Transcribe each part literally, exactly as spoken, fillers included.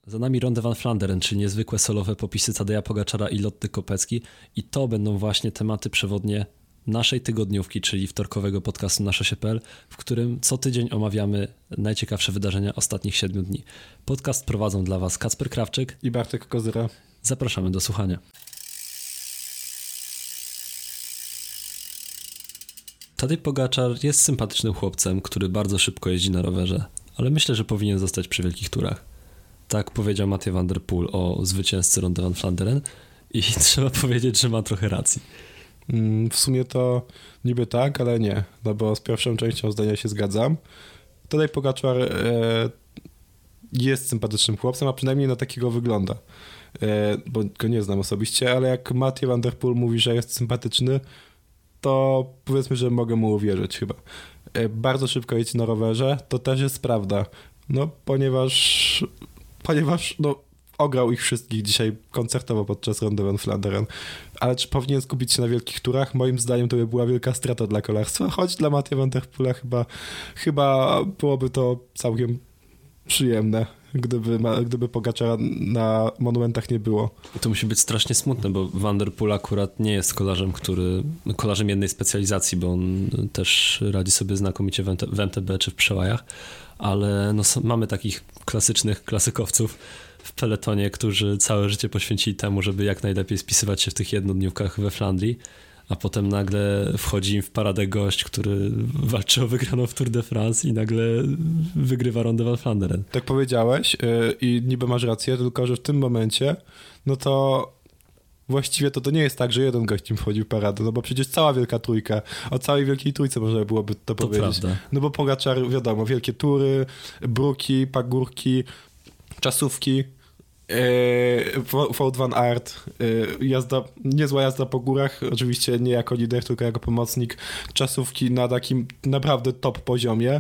Za nami Ronde van Vlaanderen, czyli niezwykłe solowe popisy Tadeja Pogaczara i Lotty Kopecky i to będą właśnie tematy przewodnie naszej tygodniówki, czyli wtorkowego podcastu Nasza się kropka pe el, w którym co tydzień omawiamy najciekawsze wydarzenia ostatnich siedmiu dni. Podcast prowadzą dla Was Kacper Krawczyk i Bartek Kozyra. Zapraszamy do słuchania. Tadej Pogaczar jest sympatycznym chłopcem, który bardzo szybko jeździ na rowerze, ale myślę, że powinien zostać przy wielkich turach. Tak powiedział Mathieu van der Poel o zwycięzcy Ronde van Vlaanderen i trzeba powiedzieć, że ma trochę racji. W sumie to niby tak, ale nie, no bo z pierwszą częścią zdania się zgadzam. Tadej Pogaczar e, jest sympatycznym chłopcem, a przynajmniej na takiego wygląda. E, bo go nie znam osobiście, ale jak Mathieu van der Poel mówi, że jest sympatyczny, to powiedzmy, że mogę mu uwierzyć chyba. E, bardzo szybko jeździ na rowerze, to też jest prawda. No, ponieważ ponieważ no, ograł ich wszystkich dzisiaj koncertowo podczas Ronde van Vlaanderen. Ale czy powinien skupić się na wielkich turach? Moim zdaniem to by była wielka strata dla kolarstwa, choć dla Mathieu van der Poela chyba, chyba byłoby to całkiem przyjemne, gdyby, gdyby Pogaczara na monumentach nie było. To musi być strasznie smutne, bo Van der Poel akurat nie jest kolarzem, który kolarzem jednej specjalizacji, bo on też radzi sobie znakomicie w em te be czy w przełajach, ale no, mamy takich klasycznych klasykowców w peletonie, którzy całe życie poświęcili temu, żeby jak najlepiej spisywać się w tych jednodniówkach we Flandrii, a potem nagle wchodzi im w paradę gość, który walczy o wygraną w Tour de France i nagle wygrywa Ronde van Vlaanderen. Tak powiedziałeś yy, i niby masz rację, tylko że w tym momencie no to właściwie to, to nie jest tak, że jeden gość im wchodzi w paradę, no bo przecież cała wielka trójka, o całej wielkiej trójce można byłoby to, to powiedzieć. Prawda. No bo Pogaczar, wiadomo, wielkie tury, bruki, pagórki, czasówki, yy, Wout van Aert, yy, jazda, niezła jazda po górach, oczywiście nie jako lider, tylko jako pomocnik, czasówki na takim naprawdę top poziomie,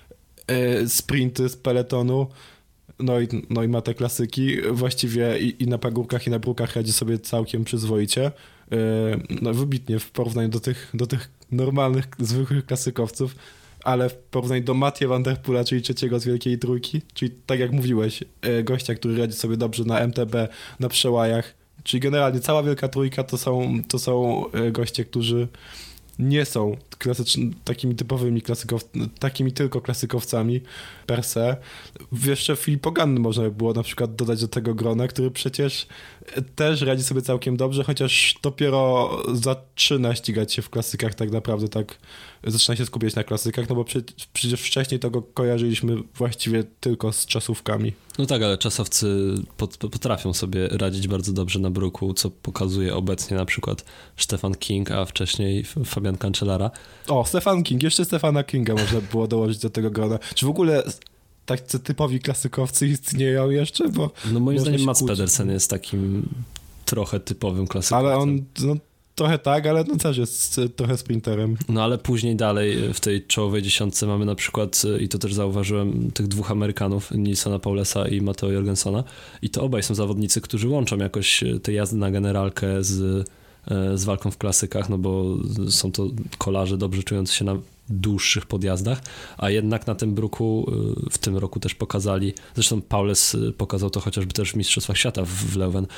yy, sprinty z peletonu, no i, no i ma te klasyki, właściwie i, i na pagórkach, i na brukach radzi sobie całkiem przyzwoicie, yy, no wybitnie w porównaniu do tych, do tych normalnych, zwykłych klasykowców, ale w porównaniu do Mathieu van der Poela, czyli trzeciego z wielkiej trójki, czyli tak jak mówiłeś, gościa, który radzi sobie dobrze na em te be, na przełajach, czyli generalnie cała wielka trójka to są, to są goście, którzy nie są klasycznymi, takimi typowymi klasykowcami, takimi tylko klasykowcami per se. Jeszcze Filip Ganny można by było na przykład dodać do tego grona, który przecież też radzi sobie całkiem dobrze, chociaż dopiero zaczyna ścigać się w klasykach tak naprawdę, tak zaczyna się skupiać na klasykach, no bo przecież wcześniej to go kojarzyliśmy właściwie tylko z czasówkami. No tak, ale czasowcy pot, potrafią sobie radzić bardzo dobrze na bruku, co pokazuje obecnie na przykład Stefan King, a wcześniej Fabian Cancellara. O, Stefan King, jeszcze Stefana Kinga można było dołożyć do tego grona. Czy w ogóle tacy typowi klasykowcy istnieją jeszcze? Bo no moim zdaniem Mats Pedersen jest takim trochę typowym klasykowcem. Ale on... No, trochę tak, ale no też jest trochę sprinterem. No ale później dalej w tej czołowej dziesiątce mamy na przykład, i to też zauważyłem, tych dwóch Amerykanów, Nilsona Paulesa i Matteo Jorgensona, i to obaj są zawodnicy, którzy łączą jakoś te jazdy na generalkę z, z walką w klasykach, no bo są to kolarze dobrze czujący się na dłuższych podjazdach, a jednak na tym bruku w tym roku też pokazali, zresztą Paules pokazał to chociażby też w Mistrzostwach Świata w Leuven,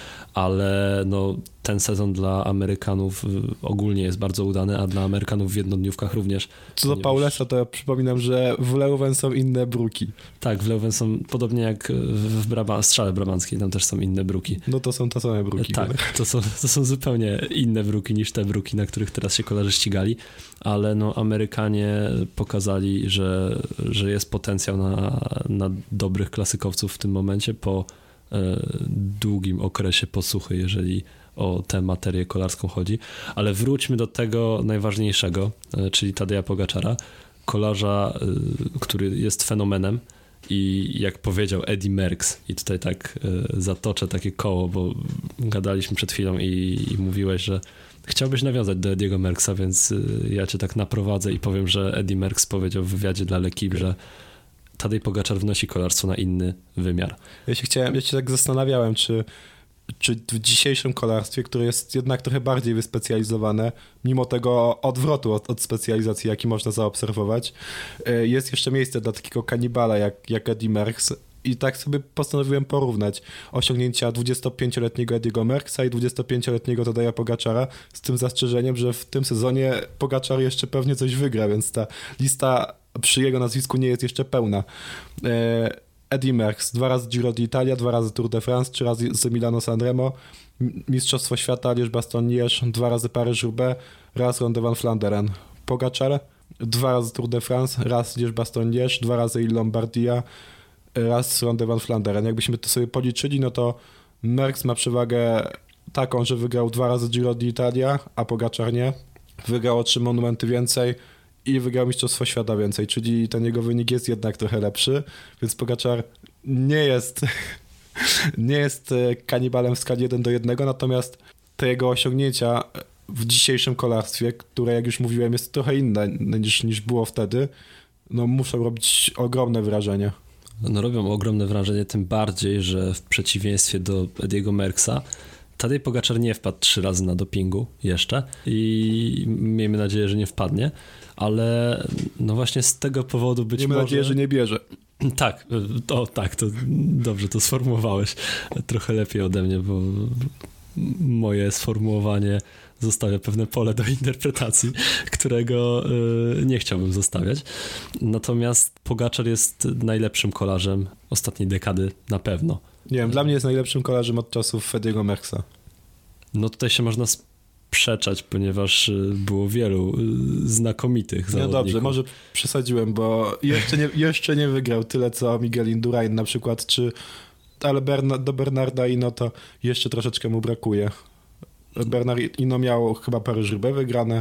ale no ten sezon dla Amerykanów ogólnie jest bardzo udany, a dla Amerykanów w jednodniówkach również. Co do ponieważ... Paulesa, to ja przypominam, że w Leuven są inne bruki. Tak, w Leuven są podobnie jak w Braba- Strzale Brabanckiej, tam też są inne bruki. No to są te same bruki. Tak, to są, to są zupełnie inne bruki niż te bruki, na których teraz się kolarze ścigali, ale no Amerykanie pokazali, że, że jest potencjał na, na dobrych klasykowców w tym momencie po e, długim okresie posuchy, jeżeli o tę materię kolarską chodzi. Ale wróćmy do tego najważniejszego, e, czyli Tadeja Pogaczara, kolarza, e, który jest fenomenem i jak powiedział Eddy Merckx, i tutaj tak e, zatoczę takie koło, bo gadaliśmy przed chwilą i, i mówiłeś, że chciałbyś nawiązać do Eddiego Merckxa, więc ja cię tak naprowadzę i powiem, że Eddy Merckx powiedział w wywiadzie dla L'Equipe, że Tadej Pogaczar wnosi kolarstwo na inny wymiar. Ja się chciałem, ja się tak zastanawiałem, czy, czy w dzisiejszym kolarstwie, które jest jednak trochę bardziej wyspecjalizowane, mimo tego odwrotu od, od specjalizacji, jaki można zaobserwować, jest jeszcze miejsce dla takiego kanibala jak, jak Eddy Merckx, I tak sobie postanowiłem porównać osiągnięcia dwudziestopięcioletniego Ediego Merckxa i dwudziestopięcioletniego Tadeja Pogaczara, z tym zastrzeżeniem, że w tym sezonie Pogaczar jeszcze pewnie coś wygra, więc ta lista przy jego nazwisku nie jest jeszcze pełna. Eddy Merckx, dwa razy Giro d'Italia, dwa razy Tour de France, trzy razy z Milano Sanremo, Mistrzostwo Świata, Liège-Bastogne-Liège, dwa razy Paryż-Roubaix, raz Ronde van Vlaanderen. Pogaczar, dwa razy Tour de France, raz Liège-Bastogne-Liège, dwa razy Il Lombardia, raz Ronde van Vlaanderen. Jakbyśmy to sobie policzyli, no to Merckx ma przewagę taką, że wygrał dwa razy Giro d'Italia, a Pogaczar nie. Wygrał o trzy monumenty więcej i wygrał Mistrzostwo Świata więcej, czyli ten jego wynik jest jednak trochę lepszy, więc Pogaczar nie jest nie jest kanibalem w skali jeden do jednego, natomiast te jego osiągnięcia w dzisiejszym kolarstwie, które jak już mówiłem jest trochę inne niż, niż było wtedy, no muszą robić ogromne wrażenie. No robią ogromne wrażenie, tym bardziej, że w przeciwieństwie do Ediego Merckxa Tadej Pogaczar nie wpadł trzy razy na dopingu jeszcze i miejmy nadzieję, że nie wpadnie, ale no właśnie z tego powodu być miejmy może... Miejmy nadzieję, że nie bierze. Tak, to, tak, to dobrze to sformułowałeś trochę lepiej ode mnie, bo moje sformułowanie zostawia pewne pole do interpretacji, którego y, nie chciałbym zostawiać. Natomiast Pogaczar jest najlepszym kolarzem ostatniej dekady na pewno. Nie wiem, dla mnie jest najlepszym kolarzem od czasów Ediego Merckxa. No tutaj się można sprzeczać, ponieważ było wielu znakomitych no zawodników. No dobrze, może przesadziłem, bo jeszcze nie, jeszcze nie wygrał tyle co Miguel Indurain na przykład, czy ale Berna, do Bernardino to jeszcze troszeczkę mu brakuje. Bernardino miał chyba Paryż-Roubaix wygrane.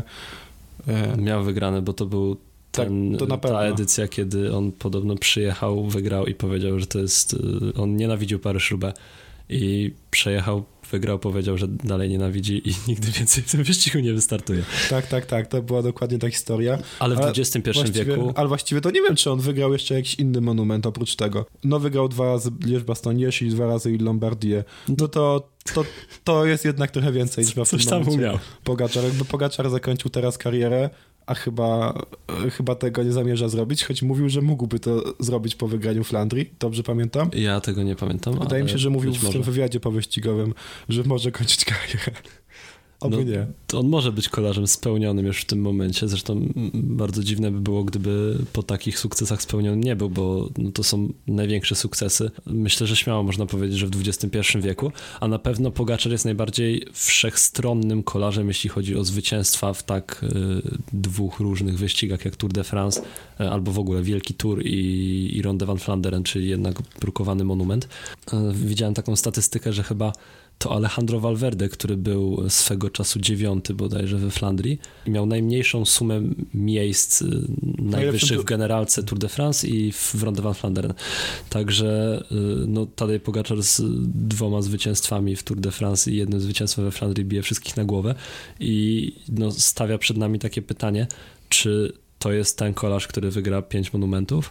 Miał wygrane, bo to był ten, tak, to na ta edycja, kiedy on podobno przyjechał, wygrał i powiedział, że to jest... On nienawidził Paryż-Roubaix i przejechał, wygrał, powiedział, że dalej nienawidzi i nigdy więcej w tym wyścigu nie wystartuje. Tak, tak, tak, to była dokładnie ta historia. Ale w dwudziestym pierwszym wieku... Ale właściwie to nie wiem, czy on wygrał jeszcze jakiś inny monument oprócz tego. No wygrał dwa razy Liège-Bastogne-Liège i dwa razy Il Lombardię. No to, to, to jest jednak trochę więcej niż w tym momencie. Miał. Pogaczar. Jakby Pogaczar zakończył teraz karierę, a chyba, chyba tego nie zamierza zrobić, choć mówił, że mógłby to zrobić po wygraniu Flandrii. Dobrze pamiętam? Ja tego nie pamiętam. Wydaje mi się, że mówił w tym wywiadzie powyścigowym, że może kończyć karierę. Oby no, nie. To on może być kolarzem spełnionym już w tym momencie. Zresztą bardzo dziwne by było, gdyby po takich sukcesach spełnionym nie był, bo no, to są największe sukcesy. Myślę, że śmiało można powiedzieć, że w dwudziestym pierwszym wieku, a na pewno Pogaczar jest najbardziej wszechstronnym kolarzem, jeśli chodzi o zwycięstwa w tak y, dwóch różnych wyścigach jak Tour de France y, albo w ogóle Wielki Tour i, i Ronde van Vlaanderen, czyli jednak brukowany monument. Y, widziałem taką statystykę, że chyba to Alejandro Valverde, który był swego czasu dziewiąty bodajże we Flandrii, miał najmniejszą sumę miejsc najwyższych w generalce Tour de France i w Ronde van Vlaanderen. Także no, Tadej Pogaczar z dwoma zwycięstwami w Tour de France i jednym zwycięstwem we Flandrii bije wszystkich na głowę i no, stawia przed nami takie pytanie, czy to jest ten kolarz, który wygra pięć monumentów?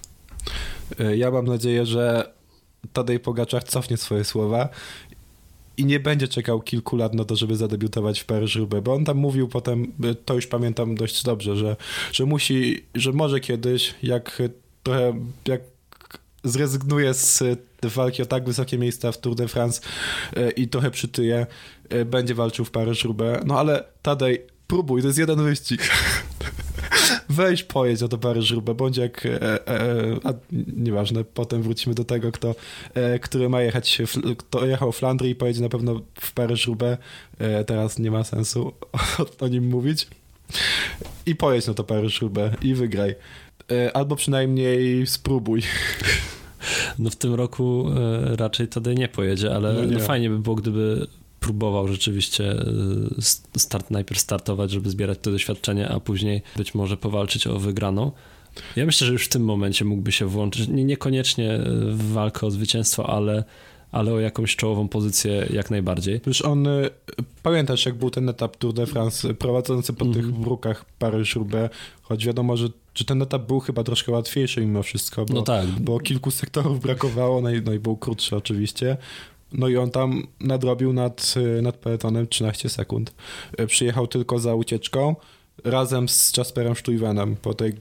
Ja mam nadzieję, że Tadej Pogaczar cofnie swoje słowa i nie będzie czekał kilku lat na to, żeby zadebiutować w Paryż-Roubaix, bo on tam mówił potem, to już pamiętam dość dobrze, że, że musi, że może kiedyś, jak trochę, jak zrezygnuje z walki o tak wysokie miejsca w Tour de France i trochę przytyje, będzie walczył w Paryż-Roubaix. No ale Tadej, próbuj, to jest jeden wyścig. Weź pojedź o to Paryż-Roubaix, bądź jak, e, e, a nieważne, potem wrócimy do tego, kto, e, który ma jechać, kto jechał w Flandrii i pojedzie na pewno w Paryż-Roubaix, e, teraz nie ma sensu o, o nim mówić. I pojedź na to Paryż-Roubaix i wygraj. E, albo przynajmniej spróbuj. No w tym roku e, raczej Tadej nie pojedzie, ale no nie. Fajnie by było, gdyby próbował rzeczywiście start, najpierw startować, żeby zbierać to doświadczenie, a później być może powalczyć o wygraną. Ja myślę, że już w tym momencie mógłby się włączyć, nie, niekoniecznie w walkę o zwycięstwo, ale, ale o jakąś czołową pozycję jak najbardziej. Już on, pamiętasz jak był ten etap Tour de France prowadzący po mm-hmm. tych brukach Paryż-Roubaix, choć wiadomo, że, że ten etap był chyba troszkę łatwiejszy mimo wszystko, bo, no tak. bo kilku sektorów brakowało, no i, no i był krótszy oczywiście. No i on tam nadrobił nad, nad peletonem trzynaście sekund. Przyjechał tylko za ucieczką razem z Jasperem Stuyvenem po tej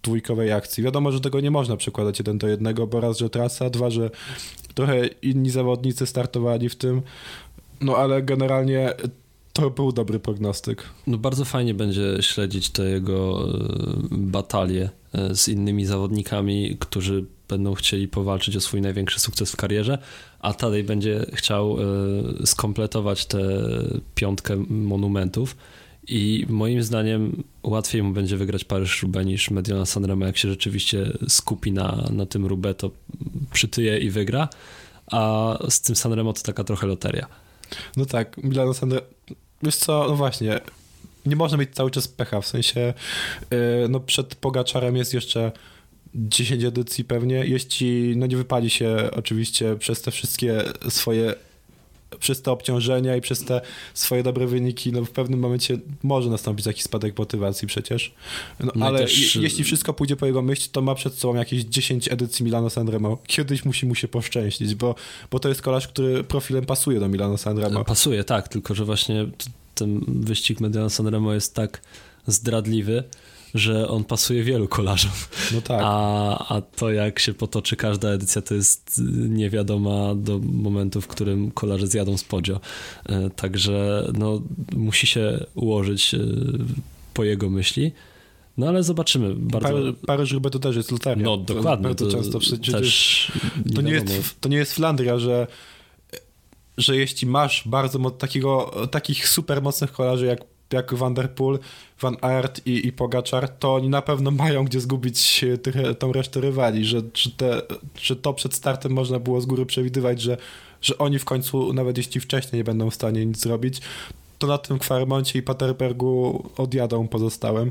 dwójkowej akcji. Wiadomo, że tego nie można przekładać jeden do jednego, bo raz, że trasa, dwa, że trochę inni zawodnicy startowali w tym, no ale generalnie to był dobry prognostyk. No bardzo fajnie będzie śledzić te jego batalie z innymi zawodnikami, którzy będą chcieli powalczyć o swój największy sukces w karierze, a Tadej będzie chciał skompletować tę piątkę monumentów i moim zdaniem łatwiej mu będzie wygrać Paryż-Roubaix niż Mediolan Sanremo, jak się rzeczywiście skupi na, na tym Roubaix, to przytyje i wygra, a z tym Sanremo to taka trochę loteria. No tak, Milano Sanremo, wiesz co, no właśnie, nie można mieć cały czas pecha, w sensie yy, no przed Pogaczarem jest jeszcze dziesięć edycji pewnie, jeśli no nie wypali się oczywiście przez te wszystkie swoje, przez te obciążenia i przez te swoje dobre wyniki, no w pewnym momencie może nastąpić jakiś spadek motywacji przecież, no, no ale też... je, jeśli wszystko pójdzie po jego myśli, to ma przed sobą jakieś dziesięć edycji Milano Sanremo. Kiedyś musi mu się poszczęścić, bo, bo to jest kolarz, który profilem pasuje do Milano Sanremo. Pasuje, tak, tylko że właśnie ten wyścig Mediolan Sanremo jest tak zdradliwy, że on pasuje wielu kolarzom. No tak. A, a to jak się potoczy każda edycja, to jest niewiadoma do momentu, w którym kolarze zjadą z podio. Także no, musi się ułożyć po jego myśli. No ale zobaczymy. Bardzo... Paryż-Roubaix to też jest loteria. No dokładnie. Bardzo to często przecież też to, nie jest, to nie jest Flandria, że że jeśli masz bardzo takiego, takich super mocnych kolarzy jak jak Van der Poel, Van Aert i, i Pogačar, to oni na pewno mają gdzie zgubić tych, tą resztę rywali, że czy, te, czy to przed startem można było z góry przewidywać, że, że oni w końcu, nawet jeśli wcześniej nie będą w stanie nic zrobić, to na tym Kwarmoncie i Paterbergu odjadą pozostałym.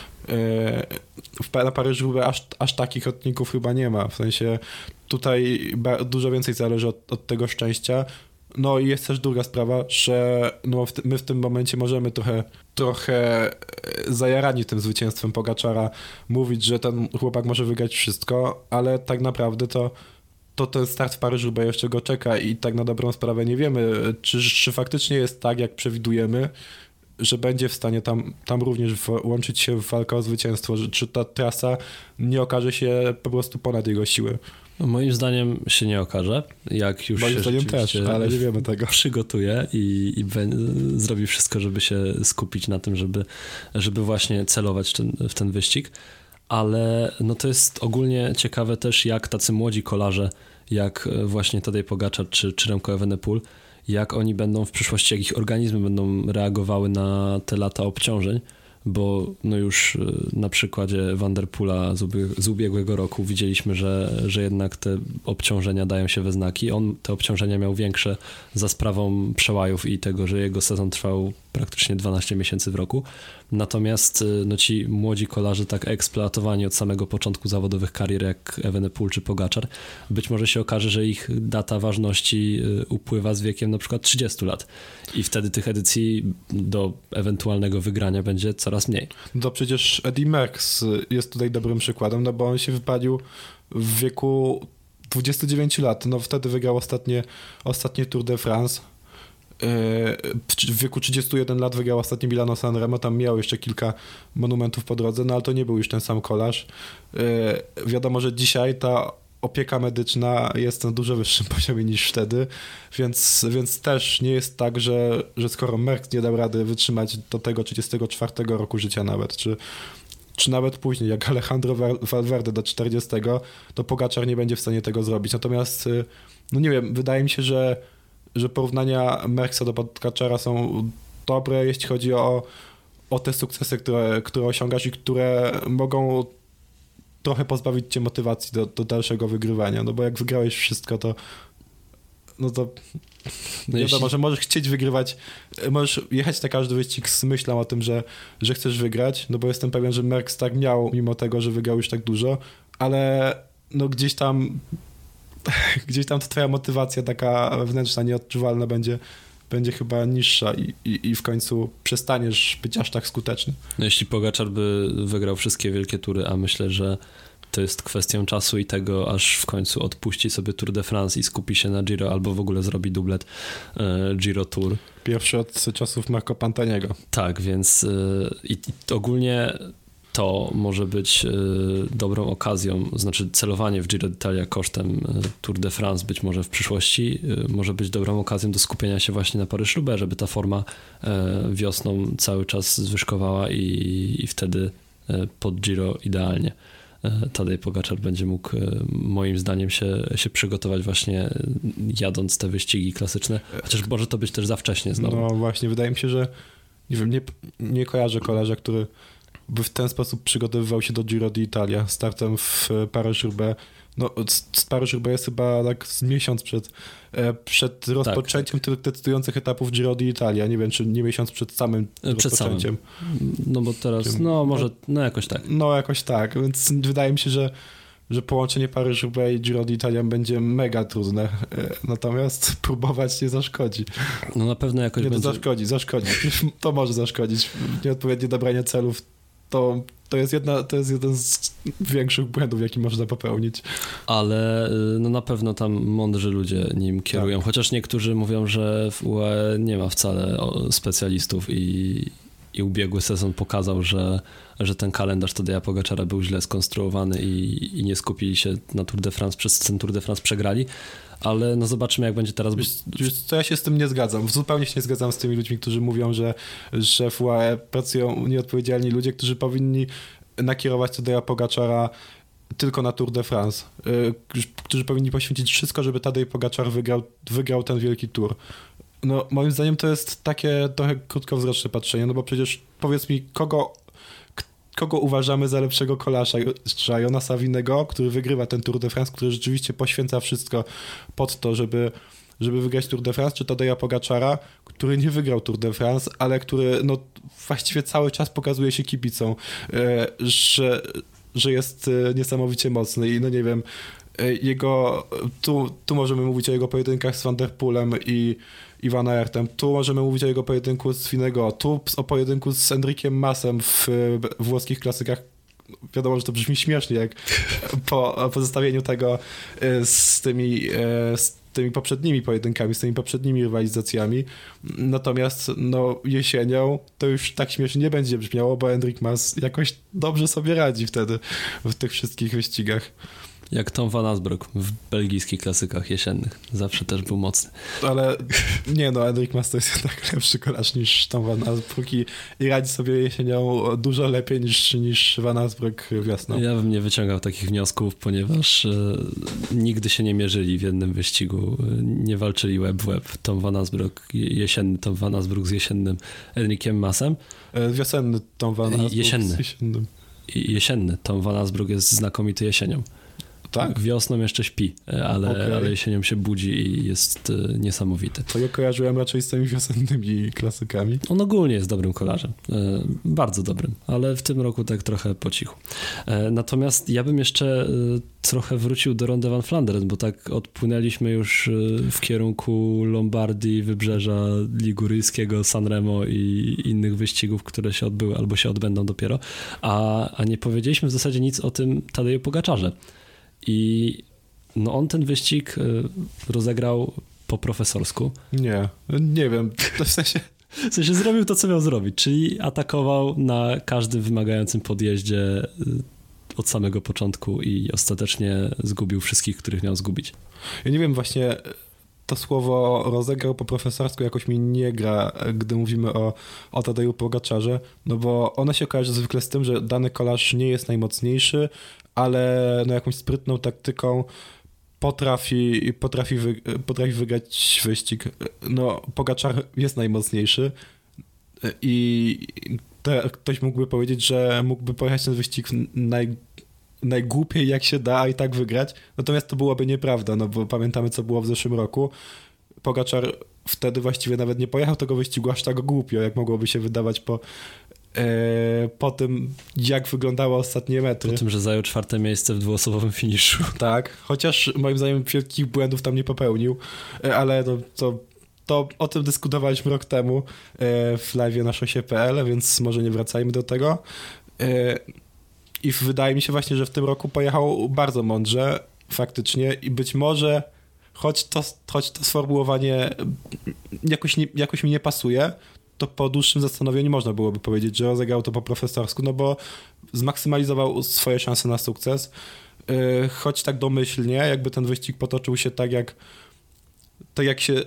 W na Paryż-Roubaix aż, aż takich odcinków chyba nie ma, w sensie tutaj dużo więcej zależy od, od tego szczęścia. No i jest też druga sprawa, że no w ty, my w tym momencie możemy trochę, trochę zajarani tym zwycięstwem Pogačara mówić, że ten chłopak może wygrać wszystko, ale tak naprawdę to, to ten start w Paryżu jeszcze go czeka i tak na dobrą sprawę nie wiemy, czy, czy faktycznie jest tak, jak przewidujemy, że będzie w stanie tam, tam również łączyć się w walkę o zwycięstwo, że, czy ta trasa nie okaże się po prostu ponad jego siły. No, moim zdaniem się nie okaże, jak już moim się zdaniem też, ale nie wiemy tego. Przygotuje i, i be, zrobi wszystko, żeby się skupić na tym, żeby, żeby właśnie celować ten, w ten wyścig, ale no to jest ogólnie ciekawe też, jak tacy młodzi kolarze, jak właśnie Tadej Pogačar czy, czy Remco Evenepoel, jak oni będą w przyszłości, jak ich organizmy będą reagowały na te lata obciążeń, bo no już na przykładzie Van der Poela z, ubieg- z ubiegłego roku widzieliśmy, że, że jednak te obciążenia dają się we znaki. On te obciążenia miał większe za sprawą przełajów i tego, że jego sezon trwał praktycznie dwanaście miesięcy w roku. Natomiast no ci młodzi kolarze tak eksploatowani od samego początku zawodowych karier jak Evenepoel czy Pogačar, być może się okaże, że ich data ważności upływa z wiekiem na przykład trzydziestu lat i wtedy tych edycji do ewentualnego wygrania będzie coraz mniej. No to przecież Eddy Merckx jest tutaj dobrym przykładem, no bo on się wypalił w wieku dwudziestu dziewięciu lat, no wtedy wygrał ostatnie, ostatnie Tour de France. W wieku trzydziestu jeden lat wygrał ostatni Milano Sanremo, tam miał jeszcze kilka monumentów po drodze, no ale to nie był już ten sam kolarz. Wiadomo, że dzisiaj ta opieka medyczna jest na dużo wyższym poziomie niż wtedy, więc, więc też nie jest tak, że, że skoro Merckx nie dał rady wytrzymać do tego trzydziestego czwartego roku życia nawet, czy, czy nawet później, jak Alejandro Valverde do czterdziestego, to Pogačar nie będzie w stanie tego zrobić. Natomiast, no nie wiem, wydaje mi się, że że porównania Merckxa do Pogačara są dobre, jeśli chodzi o, o te sukcesy, które, które osiągasz i które mogą trochę pozbawić cię motywacji do, do dalszego wygrywania, no bo jak wygrałeś wszystko, to no to no wiadomo, jeśli... że możesz chcieć wygrywać, możesz jechać na każdy wyścig z myślą o tym, że, że chcesz wygrać, no bo jestem pewien, że Merckx tak miał, mimo tego, że wygrał już tak dużo, ale no gdzieś tam gdzieś tam to twoja motywacja taka wewnętrzna, nieodczuwalna będzie, będzie chyba niższa i, i, i w końcu przestaniesz być aż tak skuteczny. No jeśli Pogačar by wygrał wszystkie wielkie tury, a myślę, że to jest kwestią czasu i tego, aż w końcu odpuści sobie Tour de France i skupi się na Giro, albo w ogóle zrobi dublet e, Giro Tour. Pierwszy od czasów Marco Pantaniego. Tak, więc e, i, i ogólnie to może być y, dobrą okazją, znaczy celowanie w Giro d'Italia kosztem y, Tour de France być może w przyszłości y, może być dobrą okazją do skupienia się właśnie na Paryż-Roubaix, żeby ta forma y, wiosną cały czas zwyżkowała i, i wtedy y, pod Giro idealnie y, Tadej Pogaczar będzie mógł y, moim zdaniem się, się przygotować właśnie y, jadąc te wyścigi klasyczne, chociaż może to być też za wcześnie znowu. No właśnie, wydaje mi się, że nie wiem, nie, nie kojarzę kolarza, który by w ten sposób przygotowywał się do Giro d'Italia startem w Paryż-Roubaix. No, z Paryż-Roubaix jest chyba tak z miesiąc przed, przed rozpoczęciem tak. tych decydujących etapów Giro d'Italia. Nie wiem, czy nie miesiąc przed samym przed rozpoczęciem. Samym. No bo teraz, Tym, no może, no, no jakoś tak. No jakoś tak, więc wydaje mi się, że że połączenie Paryż-Roubaix i Giro d'Italia będzie mega trudne, natomiast próbować nie zaszkodzi. No na pewno jakoś nie, będzie... to zaszkodzi, zaszkodzi. To może zaszkodzić. Nieodpowiednie dobranie celów to, to, jest jedna, to jest jeden z większych błędów, jaki można popełnić. Ale no na pewno tam mądrzy ludzie nim kierują, tak. Chociaż niektórzy mówią, że w U A E nie ma wcale specjalistów i, i ubiegły sezon pokazał, że, że ten kalendarz Tadeja Pogaczara był źle skonstruowany i, i nie skupili się na Tour de France, przez ten Tour de France przegrali. Ale no zobaczymy, jak będzie teraz. Wiesz, wiesz co, ja się z tym nie zgadzam. Zupełnie się nie zgadzam z tymi ludźmi, którzy mówią, że, że w U A E pracują nieodpowiedzialni ludzie, którzy powinni nakierować Tadeja Pogaczara tylko na Tour de France. Yy, którzy powinni poświęcić wszystko, żeby Tadej Pogaczar wygrał, wygrał ten wielki Tour. No moim zdaniem to jest takie trochę krótkowzroczne patrzenie, no bo przecież powiedz mi, kogo kogo uważamy za lepszego kolarza? Jona Savinego, który wygrywa ten Tour de France, który rzeczywiście poświęca wszystko pod to, żeby, żeby wygrać Tour de France, czy Tadeja Pogaczara, który nie wygrał Tour de France, ale który no, właściwie cały czas pokazuje się kibicom, że, że jest niesamowicie mocny i no nie wiem, jego, tu, tu możemy mówić o jego pojedynkach z Van der Poelem i i Van Aertem, tu możemy mówić o jego pojedynku z Finego, tu o pojedynku z Enrikiem Masem w włoskich klasykach. Wiadomo, że to brzmi śmiesznie, jak po, po zestawieniu tego z tymi, z tymi poprzednimi pojedynkami, z tymi poprzednimi rywalizacjami. Natomiast no, jesienią to już tak śmiesznie nie będzie brzmiało, bo Enric Mas jakoś dobrze sobie radzi wtedy w tych wszystkich wyścigach. Jak Tom van Asbroek w belgijskich klasykach jesiennych. Zawsze też był mocny. Ale nie no, Enric Mas to jest jednak lepszy kolarz niż Tom van Asbroek i, i radzi sobie jesienią dużo lepiej niż, niż Van Asbroek wiosną. Ja bym nie wyciągał takich wniosków, ponieważ e, nigdy się nie mierzyli w jednym wyścigu. Nie walczyli łeb w łeb. Tom van Asbroek, jesienny Tom van Asbroek z jesiennym Enriciem Masem. E, wiosenny Tom van Asbroek jesienny. z jesiennym. I jesienny Tom van Asbroek jest znakomity jesienią. Tak? Wiosną jeszcze śpi, ale, okay. ale jesienią się budzi i jest y, niesamowity. To ja kojarzyłem raczej z tymi wiosennymi klasykami. On ogólnie jest dobrym kolarzem, y, bardzo dobrym, ale w tym roku tak trochę po cichu. Y, natomiast ja bym jeszcze y, trochę wrócił do Ronde van Flandern, bo tak odpłynęliśmy już y, w kierunku Lombardii, Wybrzeża Liguryjskiego, Sanremo i innych wyścigów, które się odbyły albo się odbędą dopiero, a, a nie powiedzieliśmy w zasadzie nic o tym Tadeju Pogaczarze. I no on ten wyścig rozegrał po profesorsku. Nie, nie wiem, w sensie... W sensie zrobił to, co miał zrobić, czyli atakował na każdym wymagającym podjeździe od samego początku i ostatecznie zgubił wszystkich, których miał zgubić. Ja nie wiem, właśnie to słowo rozegrał po profesorsku jakoś mi nie gra, gdy mówimy o, o Tadeju Pogaczarze, no bo ona się kojarzy zwykle z tym, że dany kolarz nie jest najmocniejszy, ale no jakąś sprytną taktyką potrafi, potrafi, wy, potrafi wygrać wyścig. No, Pogaczar jest najmocniejszy i te, ktoś mógłby powiedzieć, że mógłby pojechać ten wyścig naj, najgłupiej jak się da, a i tak wygrać. Natomiast to byłoby nieprawda, no bo pamiętamy, co było w zeszłym roku. Pogaczar wtedy właściwie nawet nie pojechał tego wyścigu aż tak głupio, jak mogłoby się wydawać po po tym, jak wyglądały ostatnie metry. Po tym, że zajął czwarte miejsce w dwuosobowym finiszu. Tak, chociaż moim zdaniem wielkich błędów tam nie popełnił, ale to, to, to o tym dyskutowaliśmy rok temu w live'ie na szosie kropka pe el, więc może nie wracajmy do tego. I wydaje mi się właśnie, że w tym roku pojechał bardzo mądrze, faktycznie, i być może choć to, choć to sformułowanie jakoś, nie, jakoś mi nie pasuje, to po dłuższym zastanowieniu można byłoby powiedzieć, że rozegrał to po profesorsku, no bo zmaksymalizował swoje szanse na sukces, yy, choć tak domyślnie, jakby ten wyścig potoczył się tak jak tak jak się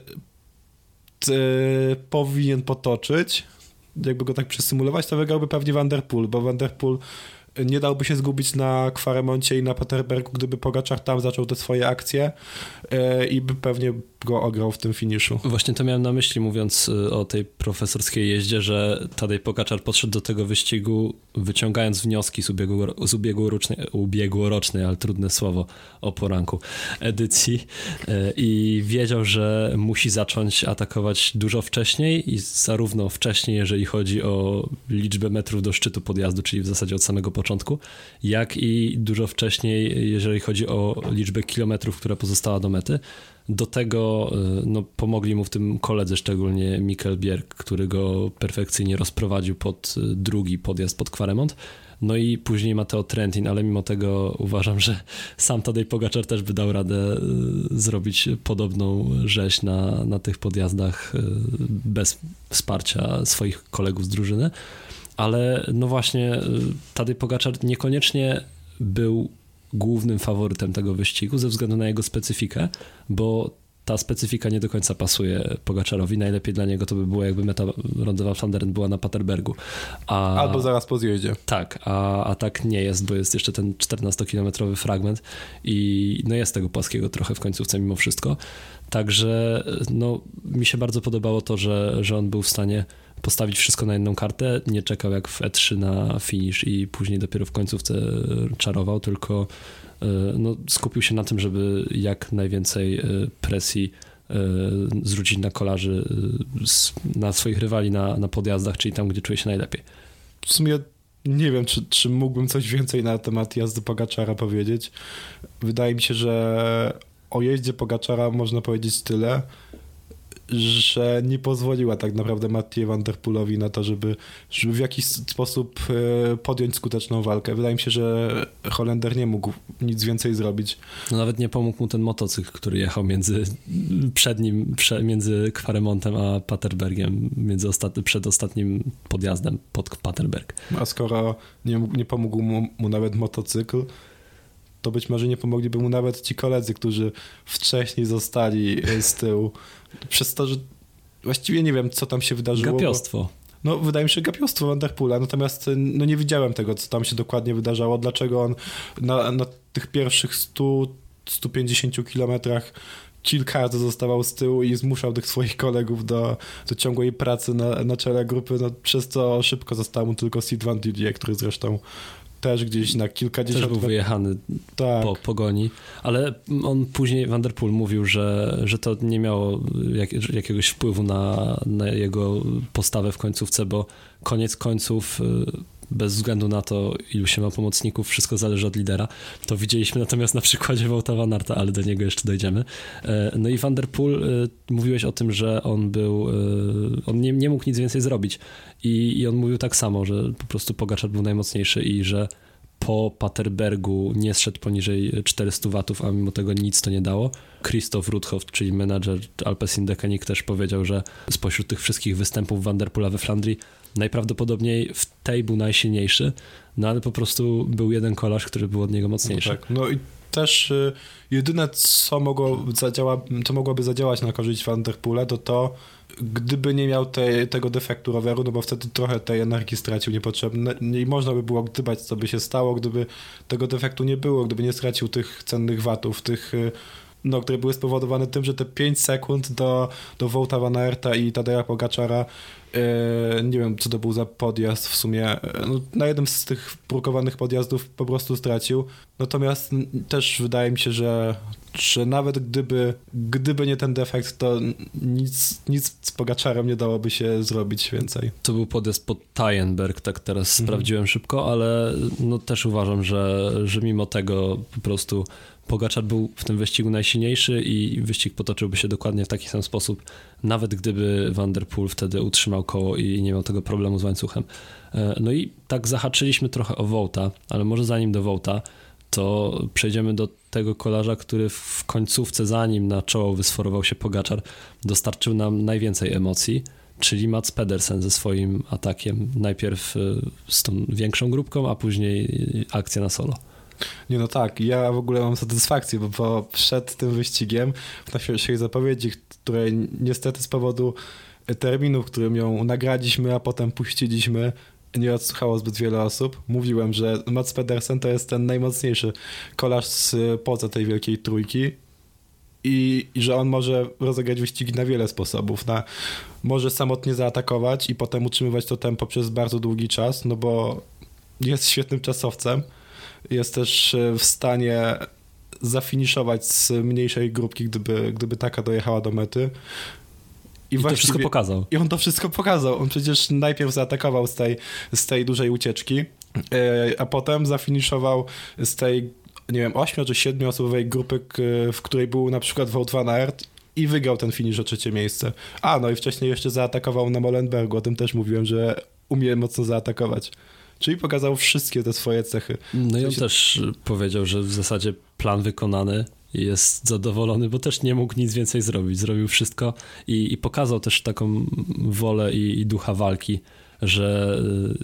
yy, powinien potoczyć, jakby go tak przesymulować, to wygrałby pewnie Van der Poel, bo Van der Poel nie dałby się zgubić na Kwaremoncie i na Paterbergu, gdyby Pogaczar tam zaczął te swoje akcje yy, i by pewnie go ograł w tym finiszu. Właśnie to miałem na myśli, mówiąc o tej profesorskiej jeździe, że Tadej Pogaczar podszedł do tego wyścigu wyciągając wnioski z, ubiegu, z ubiegłorocznej, ubiegłorocznej, ale trudne słowo, o poranku, edycji yy, i wiedział, że musi zacząć atakować dużo wcześniej i zarówno wcześniej, jeżeli chodzi o liczbę metrów do szczytu podjazdu, czyli w zasadzie od samego początku, jak i dużo wcześniej, jeżeli chodzi o liczbę kilometrów, która pozostała do mety. Do tego no, pomogli mu w tym koledzy, szczególnie Mikkel Bjerg, który go perfekcyjnie rozprowadził pod drugi podjazd pod Kwaremont. No i później Matteo Trentin, ale mimo tego uważam, że sam Tadej Pogaczar też by dał radę zrobić podobną rzeź na, na tych podjazdach bez wsparcia swoich kolegów z drużyny. Ale no właśnie Tadej Pogaczar niekoniecznie był głównym faworytem tego wyścigu ze względu na jego specyfikę, bo ta specyfika nie do końca pasuje Pogaczarowi. Najlepiej dla niego to by było, jakby meta Ronde van Vlaanderen była na Paterbergu. A, Albo zaraz po zjeździe. Tak, a, a tak nie jest, bo jest jeszcze ten czternastokilometrowy fragment i no jest tego płaskiego trochę w końcówce mimo wszystko. Także no, mi się bardzo podobało to, że, że on był w stanie postawić wszystko na jedną kartę, nie czekał jak w E trzy na finish i później dopiero w końcówce czarował, tylko no, skupił się na tym, żeby jak najwięcej presji zwrócić na kolarzy, na swoich rywali na, na podjazdach, czyli tam, gdzie czuje się najlepiej. W sumie nie wiem, czy, czy mógłbym coś więcej na temat jazdy Pogaczara powiedzieć. Wydaje mi się, że o jeździe Pogaczara można powiedzieć tyle, że nie pozwoliła tak naprawdę Mathieu van der Poelowi na to, żeby, żeby w jakiś sposób podjąć skuteczną walkę. Wydaje mi się, że Holender nie mógł nic więcej zrobić. No nawet nie pomógł mu ten motocykl, który jechał między przed nim, prze, między Kwaremontem a Paterbergiem, między ostat, przed ostatnim podjazdem pod Paterberg. A skoro nie, nie pomógł mu, mu nawet motocykl, to być może nie pomogliby mu nawet ci koledzy, którzy wcześniej zostali z tyłu. Przez to, że właściwie nie wiem, co tam się wydarzyło. Gapiostwo. Bo, no, wydaje mi się, gapiostwo Van der Poela, natomiast no, nie widziałem tego, co tam się dokładnie wydarzało, dlaczego on na, na tych pierwszych stu do stu pięćdziesięciu kilometrach kilka razy zostawał z tyłu i zmuszał tych swoich kolegów do, do ciągłej pracy na, na czele grupy, no, przez co szybko został mu tylko Sid Van Didier, który zresztą też gdzieś na kilkadziesiąt... Też był wyjechany tak. po pogoni, ale on później, Van der Poel, mówił, że, że to nie miało jak, jakiegoś wpływu na, na jego postawę w końcówce, bo koniec końców, bez względu na to, ilu się ma pomocników, wszystko zależy od lidera. To widzieliśmy natomiast na przykładzie Wouta van Aerta, ale do niego jeszcze dojdziemy. No i Van der Poel, mówiłeś o tym, że on był, on nie, nie mógł nic więcej zrobić i, i on mówił tak samo, że po prostu Pogaczar był najmocniejszy i że po Paterbergu nie zszedł poniżej czterystu watów, a mimo tego nic to nie dało. Christoph Rudhoff, czyli menadżer Alpecin Deceuninck, też powiedział, że spośród tych wszystkich występów Van der Poela we Flandrii najprawdopodobniej w tej był najsilniejszy, no ale po prostu był jeden kolarz, który był od niego mocniejszy. No tak, no i też y, jedyne, co, mogło zadziała, co mogłoby zadziałać na korzyść Van der Poela, to to, gdyby nie miał te, tego defektu roweru, no bo wtedy trochę tej energii stracił niepotrzebne i można by było gdybać, co by się stało, gdyby tego defektu nie było, gdyby nie stracił tych cennych watów, tych, no, które były spowodowane tym, że te pięć sekund do, do Wouta van Aerta i Tadeja Pogaczara, yy, nie wiem, co to był za podjazd w sumie, no, na jednym z tych brukowanych podjazdów po prostu stracił. Natomiast też wydaje mi się, że że nawet gdyby, gdyby nie ten defekt, to nic, nic z Pogaczarem nie dałoby się zrobić więcej. To był podjazd pod Tajenberg, tak teraz mhm. sprawdziłem szybko, ale no też uważam, że, że mimo tego po prostu Pogaczar był w tym wyścigu najsilniejszy i wyścig potoczyłby się dokładnie w taki sam sposób, nawet gdyby Van der Poel wtedy utrzymał koło i nie miał tego problemu z łańcuchem. No i tak zahaczyliśmy trochę o Wouta, ale może zanim do Wouta, to przejdziemy do tego kolarza, który w końcówce, zanim na czoło wysforował się Pogaczar, dostarczył nam najwięcej emocji, czyli Mats Pedersen ze swoim atakiem. Najpierw z tą większą grupką, a później akcja na solo. Nie no tak, ja w ogóle mam satysfakcję, bo, bo przed tym wyścigiem w naszej zapowiedzi, której niestety z powodu terminu, w którym ją nagraliśmy, a potem puściliśmy, nie odsłuchało zbyt wiele osób, mówiłem, że Mats Pedersen to jest ten najmocniejszy kolarz spoza tej wielkiej trójki i, i że on może rozegrać wyścigi na wiele sposobów. Na, może samotnie zaatakować i potem utrzymywać to tempo przez bardzo długi czas, no bo jest świetnym czasowcem. Jest też w stanie zafiniszować z mniejszej grupki, gdyby, gdyby taka dojechała do mety. I, I to wszystko pokazał. I on to wszystko pokazał. On przecież najpierw zaatakował z tej, z tej dużej ucieczki, a potem zafiniszował z tej, nie wiem, ośmiu czy siedmioosobowej grupy, w której był na przykład Wout van Aert i wygrał ten finisz o trzecie miejsce. A, no i wcześniej jeszcze zaatakował na Molenbergu. O tym też mówiłem, że umie mocno zaatakować. Czyli pokazał wszystkie te swoje cechy. No i on też powiedział, że w zasadzie plan wykonany, jest zadowolony, bo też nie mógł nic więcej zrobić. Zrobił wszystko i, i pokazał też taką wolę i, i ducha walki, że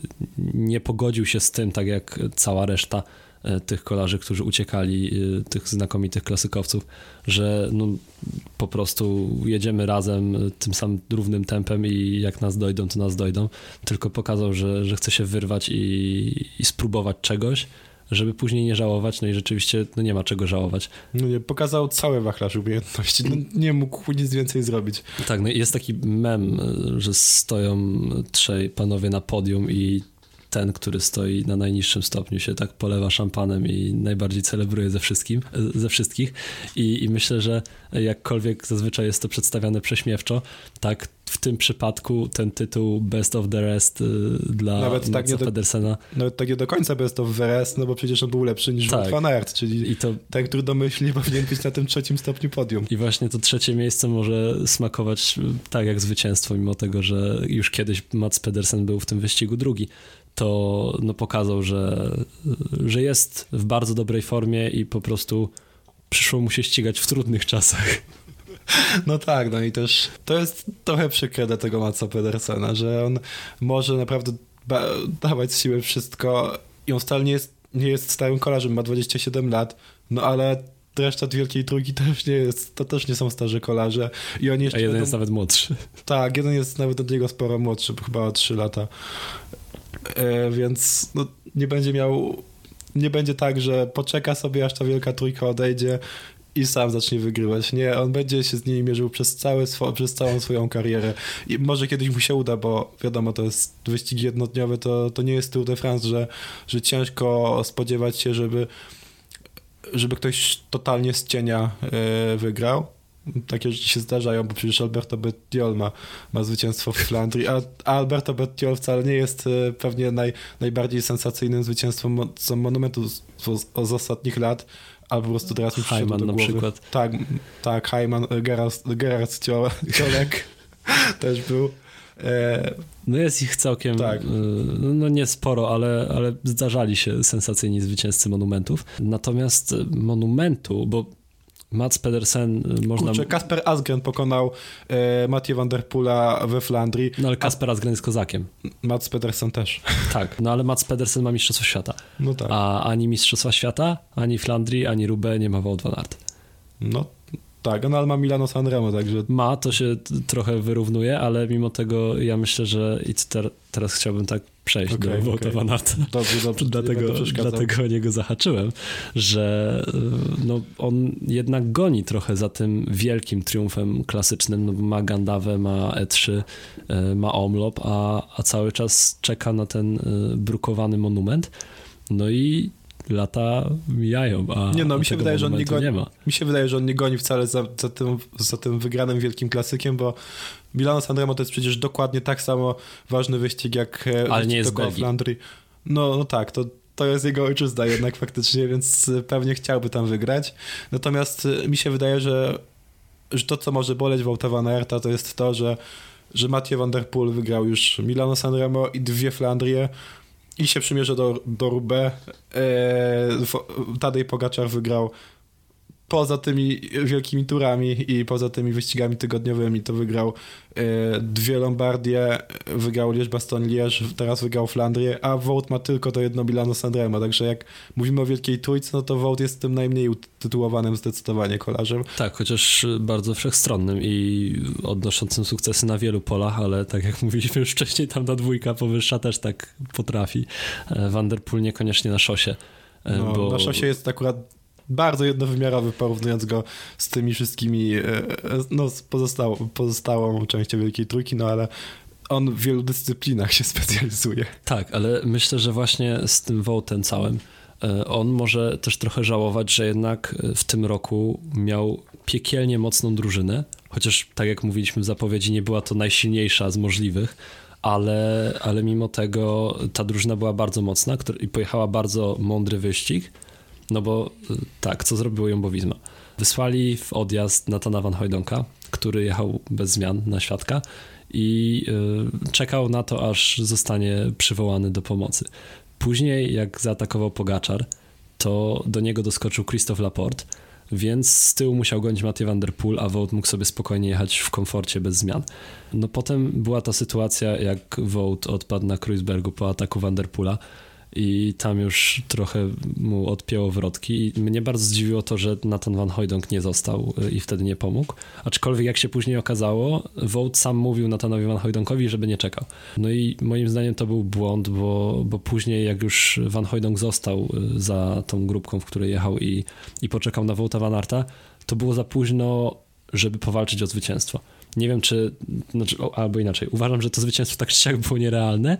nie pogodził się z tym, tak jak cała reszta tych kolarzy, którzy uciekali, tych znakomitych klasykowców, że no, po prostu jedziemy razem tym samym równym tempem i jak nas dojdą, to nas dojdą. Tylko pokazał, że, że chce się wyrwać i, i spróbować czegoś, żeby później nie żałować, no i rzeczywiście no nie ma czego żałować. No nie, pokazał cały wachlarz umiejętności, no nie mógł nic więcej zrobić. Tak, no jest taki mem, że stoją trzej panowie na podium i ten, który stoi na najniższym stopniu, się tak polewa szampanem i najbardziej celebruje ze wszystkim, ze wszystkich i, i myślę, że jakkolwiek zazwyczaj jest to przedstawiane prześmiewczo, tak w tym przypadku ten tytuł Best of the Rest dla nawet tak Matsa Pedersena. Nawet tak nie do końca Best of the Rest, no bo przecież on był lepszy niż tak. Wout van Aert, czyli I to... ten, który domyślnie powinien być na tym trzecim stopniu podium. I właśnie to trzecie miejsce może smakować tak jak zwycięstwo, mimo tego, że już kiedyś Mats Pedersen był w tym wyścigu drugi. To no, pokazał, że, że jest w bardzo dobrej formie i po prostu przyszło mu się ścigać w trudnych czasach. No tak, no i też to jest trochę przykre dla tego Matsa Pedersena, że on może naprawdę ba- dawać z siły wszystko i on wcale nie jest, nie jest starym kolarzem, ma dwadzieścia siedem lat, no ale reszta wielkiej trójki też nie jest, to też nie są starzy kolarze. I oni jeszcze A jeden będą... jest nawet młodszy. Tak, jeden jest nawet od niego sporo młodszy, chyba o trzy lata. E, więc no, nie będzie miał, nie będzie tak, że poczeka sobie, aż ta wielka trójka odejdzie i sam zacznie wygrywać. Nie, on będzie się z nimi mierzył przez, cały swo, przez całą swoją karierę. I może kiedyś mu się uda, bo wiadomo, to jest wyścig jednodniowy, to, to nie jest Tour de France, że, że ciężko spodziewać się, żeby, żeby ktoś totalnie z cienia e, wygrał. Takie rzeczy się zdarzają, bo przecież Alberto Bettiol ma, ma zwycięstwo w Flandrii, a, a Alberto Bettiol wcale nie jest e, pewnie naj, najbardziej sensacyjnym zwycięstwem mo, monumentu z, z, z ostatnich lat, albo po prostu teraz mi przyszedł do głowy. Na przykład. Tak, tak, Heimann, Gerard, Gerard Ciolek też był. E, no jest ich całkiem, tak. no nie sporo, ale, ale zdarzali się sensacyjni zwycięzcy monumentów. Natomiast monumentu, bo Mats Pedersen można... Kurczę, Kasper Asgreen pokonał e, Mathieu van der Poela we Flandrii. No ale Kasper Asgreen jest kozakiem. Mats Pedersen też. Tak, no ale Mats Pedersen ma mistrzostwo świata. No tak. A ani mistrzostwa świata, ani Flandrii, ani Roubaix nie ma Wout van Aert. No tak, no ale ma Milano Sanremo, także... Ma, to się trochę wyrównuje, ale mimo tego ja myślę, że i ter- teraz chciałbym tak przejść okay, do Wouta okay. van Aerta. Dobrze, dobrze. dlatego, dlatego o niego zahaczyłem, że no, on jednak goni trochę za tym wielkim triumfem klasycznym, no, ma Gandawę, ma E trzy, ma Omlop, a, a cały czas czeka na ten brukowany monument. No i lata mijają, a nie, no, mi się wydaje, że on nie goni, nie ma. Mi się wydaje, że on nie goni wcale za, za, tym, za tym wygranym wielkim klasykiem, bo Milano Sanremo to jest przecież dokładnie tak samo ważny wyścig jak Ale nie jest w Flandrii. No, no tak, to, to jest jego ojczyzna jednak faktycznie, więc pewnie chciałby tam wygrać. Natomiast mi się wydaje, że, że to, co może boleć Wouta van Aerta, to jest to, że, że Mathieu van der Poel wygrał już Milano Sanremo i dwie Flandrie, i się przymierza do, do Roubaix. Eee, Tadej Pogaczar wygrał poza tymi wielkimi turami i poza tymi wyścigami tygodniowymi to wygrał e, dwie Lombardie, wygrał Liège-Bastogne-Liège, teraz wygrał Flandrię, a Wout ma tylko to jedno Milano-San Remo, także jak mówimy o wielkiej trójce, no to Wout jest tym najmniej utytułowanym zdecydowanie kolarzem. Tak, chociaż bardzo wszechstronnym i odnoszącym sukcesy na wielu polach, ale tak jak mówiliśmy już wcześniej, tam ta dwójka powyższa też tak potrafi. Van der Poel niekoniecznie na szosie. No, bo... Na szosie jest akurat bardzo jednowymiarowy, porównując go z tymi wszystkimi, no z pozostałą, pozostałą częścią Wielkiej Trójki, no ale on w wielu dyscyplinach się specjalizuje. Tak, ale myślę, że właśnie z tym Woutem całym on może też trochę żałować, że jednak w tym roku miał piekielnie mocną drużynę, chociaż tak jak mówiliśmy w zapowiedzi, nie była to najsilniejsza z możliwych, ale, ale mimo tego ta drużyna była bardzo mocna i pojechała bardzo mądry wyścig. No bo tak, co zrobiło Jumbo-Visma? Wysłali w odjazd Nathana Van Hooydonka, który jechał bez zmian na świadka i y, czekał na to, aż zostanie przywołany do pomocy. Później, jak zaatakował Pogačar, to do niego doskoczył Christophe Laporte, więc z tyłu musiał gonić Mathieu Van der Poel, a Wout mógł sobie spokojnie jechać w komforcie bez zmian. No potem była ta sytuacja, jak Wout odpadł na Kreuzbergu po ataku Van der Poela, i tam już trochę mu odpięło wrotki i mnie bardzo zdziwiło to, że Nathan Van Hooydonk nie został i wtedy nie pomógł, aczkolwiek jak się później okazało, Wout sam mówił Nathanowi Van Hooydonkowi, żeby nie czekał. No i moim zdaniem to był błąd, bo, bo później jak już Van Hooydonk został za tą grupką, w której jechał i, i poczekał na Wouta Van Aerta, to było za późno, żeby powalczyć o zwycięstwo. Nie wiem, czy, znaczy, albo inaczej, uważam, że to zwycięstwo tak czy siak było nierealne,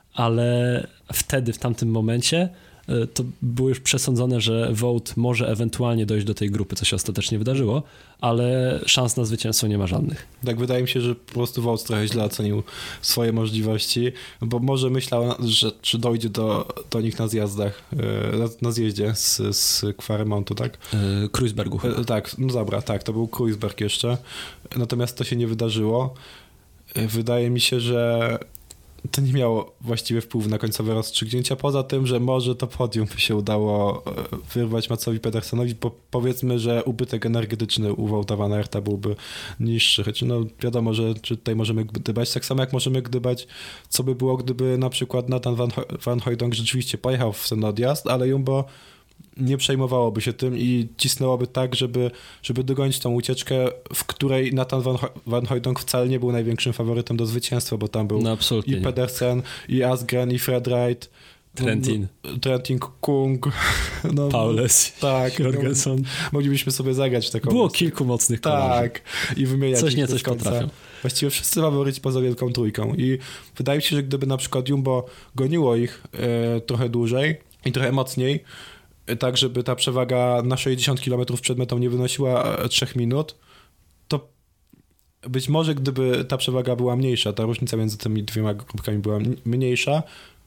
ale wtedy, w tamtym momencie to było już przesądzone, że Wout może ewentualnie dojść do tej grupy, co się ostatecznie wydarzyło, ale szans na zwycięstwo nie ma żadnych. Tak, wydaje mi się, że po prostu Wout trochę źle ocenił swoje możliwości, bo może myślał, że czy dojdzie do, do nich na zjazdach, na, na zjeździe z, z Quaremontu, tak? Yy, Kreuzbergu chyba. Tak, no dobra, tak, to był Kreuzberg jeszcze, natomiast to się nie wydarzyło. Wydaje mi się, że to nie miało właściwie wpływu na końcowe rozstrzygnięcia, poza tym, że może to podium by się udało wyrwać Matsowi Pedersenowi, bo powiedzmy, że ubytek energetyczny u Wouta Van Aerta byłby niższy, choć no wiadomo, że czy tutaj możemy gdybać, tak samo jak możemy gdybać, co by było, gdyby na przykład Nathan Van, Ho- Van Hooydonk rzeczywiście pojechał w ten odjazd, ale Jumbo nie przejmowałoby się tym i cisnęłoby tak, żeby, żeby dogonić tą ucieczkę, w której Nathan Van, Ho- Van Hooydonk wcale nie był największym faworytem do zwycięstwa, bo tam był no, i Pedersen, i Asgren, i Fred Wright, Trentin, no, Trentin Kung, no, Paules, tak, Jorgensen. No, moglibyśmy sobie zagrać w taką... Było kilku mocnych kolarzy. Tak, i wymieniać coś ich nie bez coś końca. potrafią. Właściwie wszyscy faworyci poza Wielką Trójką i wydaje mi się, że gdyby na przykład Jumbo goniło ich e, trochę dłużej i trochę mocniej, tak żeby ta przewaga na sześćdziesiąt kilometrów przed metą nie wynosiła trzech minut, to być może gdyby ta przewaga była mniejsza, ta różnica między tymi dwiema grupkami była mniejsza,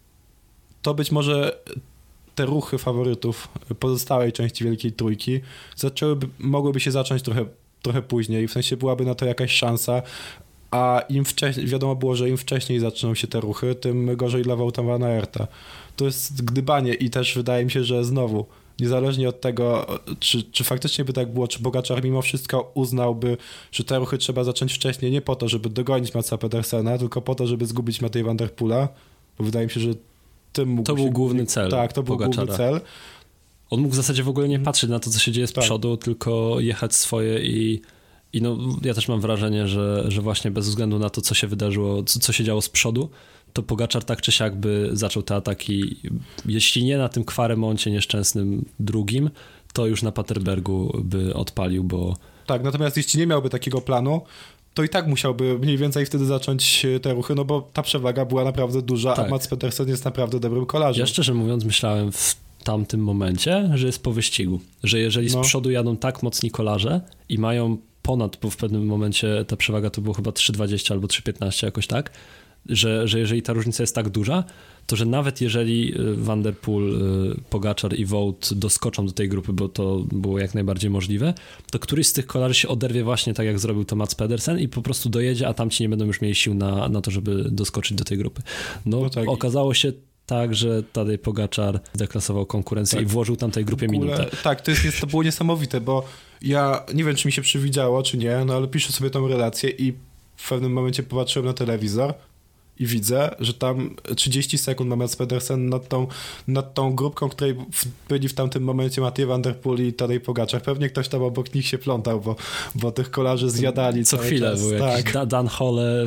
to być może te ruchy faworytów pozostałej części Wielkiej Trójki zaczęłyby, mogłyby się zacząć trochę, trochę później, w sensie byłaby na to jakaś szansa, a im wcześniej, wiadomo było, że im wcześniej zaczną się te ruchy, tym gorzej dla Wouta Van Aerta. To jest gdybanie i też wydaje mi się, że znowu, niezależnie od tego, czy, czy faktycznie by tak było, czy Pogačar mimo wszystko uznałby, że te ruchy trzeba zacząć wcześniej, nie po to, żeby dogonić Matsa Pedersena, tylko po to, żeby zgubić Matej Van der Poela, bo wydaje mi się, że tym mógł To był się, główny cel. Tak, to był Pogačara. główny cel. On mógł w zasadzie w ogóle nie patrzeć na to, co się dzieje z tak. przodu, tylko jechać swoje i I no, ja też mam wrażenie, że, że właśnie bez względu na to, co się wydarzyło, co, co się działo z przodu, to Pogačar tak czy siak by zaczął te ataki, jeśli nie na tym Quaremoncie nieszczęsnym drugim, to już na Paterbergu by odpalił, bo... Tak, natomiast jeśli nie miałby takiego planu, to i tak musiałby mniej więcej wtedy zacząć te ruchy, no bo ta przewaga była naprawdę duża, tak. A Mats Pedersen jest naprawdę dobrym kolarzem. Ja szczerze mówiąc myślałem w tamtym momencie, że jest po wyścigu, że jeżeli z no. przodu jadą tak mocni kolarze i mają ponad, bo w pewnym momencie ta przewaga to było chyba trzy dwadzieścia albo trzy piętnaście jakoś tak, że, że jeżeli ta różnica jest tak duża, to że nawet jeżeli Van der Poel, Pogačar i Wout doskoczą do tej grupy, bo to było jak najbardziej możliwe, to któryś z tych kolarzy się oderwie właśnie tak jak zrobił to Mats Pedersen i po prostu dojedzie, a tamci nie będą już mieli sił na, na to, żeby doskoczyć do tej grupy. No, no tak. Okazało się tak, że Tadej Pogaczar deklasował konkurencję tak. i włożył tam tej grupie ogóle, minutę. Tak, to, jest, jest, to było niesamowite, bo ja nie wiem, czy mi się przewidziało, czy nie, no ale piszę sobie tą relację i w pewnym momencie popatrzyłem na telewizor i widzę, że tam trzydzieści sekund ma Mats Pedersen nad tą, nad tą grupką, której w, byli w tamtym momencie Mathieu van der Poel i Tadej Pogaczar. Pewnie ktoś tam obok nich się plątał, bo, bo tych kolarzy zjadali co cały chwilę czas. był tak. jakiś Dan Hole,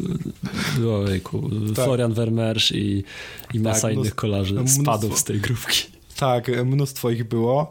ojejku, tak. Florian Vermeersch i, i masa tak, innych kolarzy mnóstwo, spadów z tej grupki. Tak, mnóstwo ich było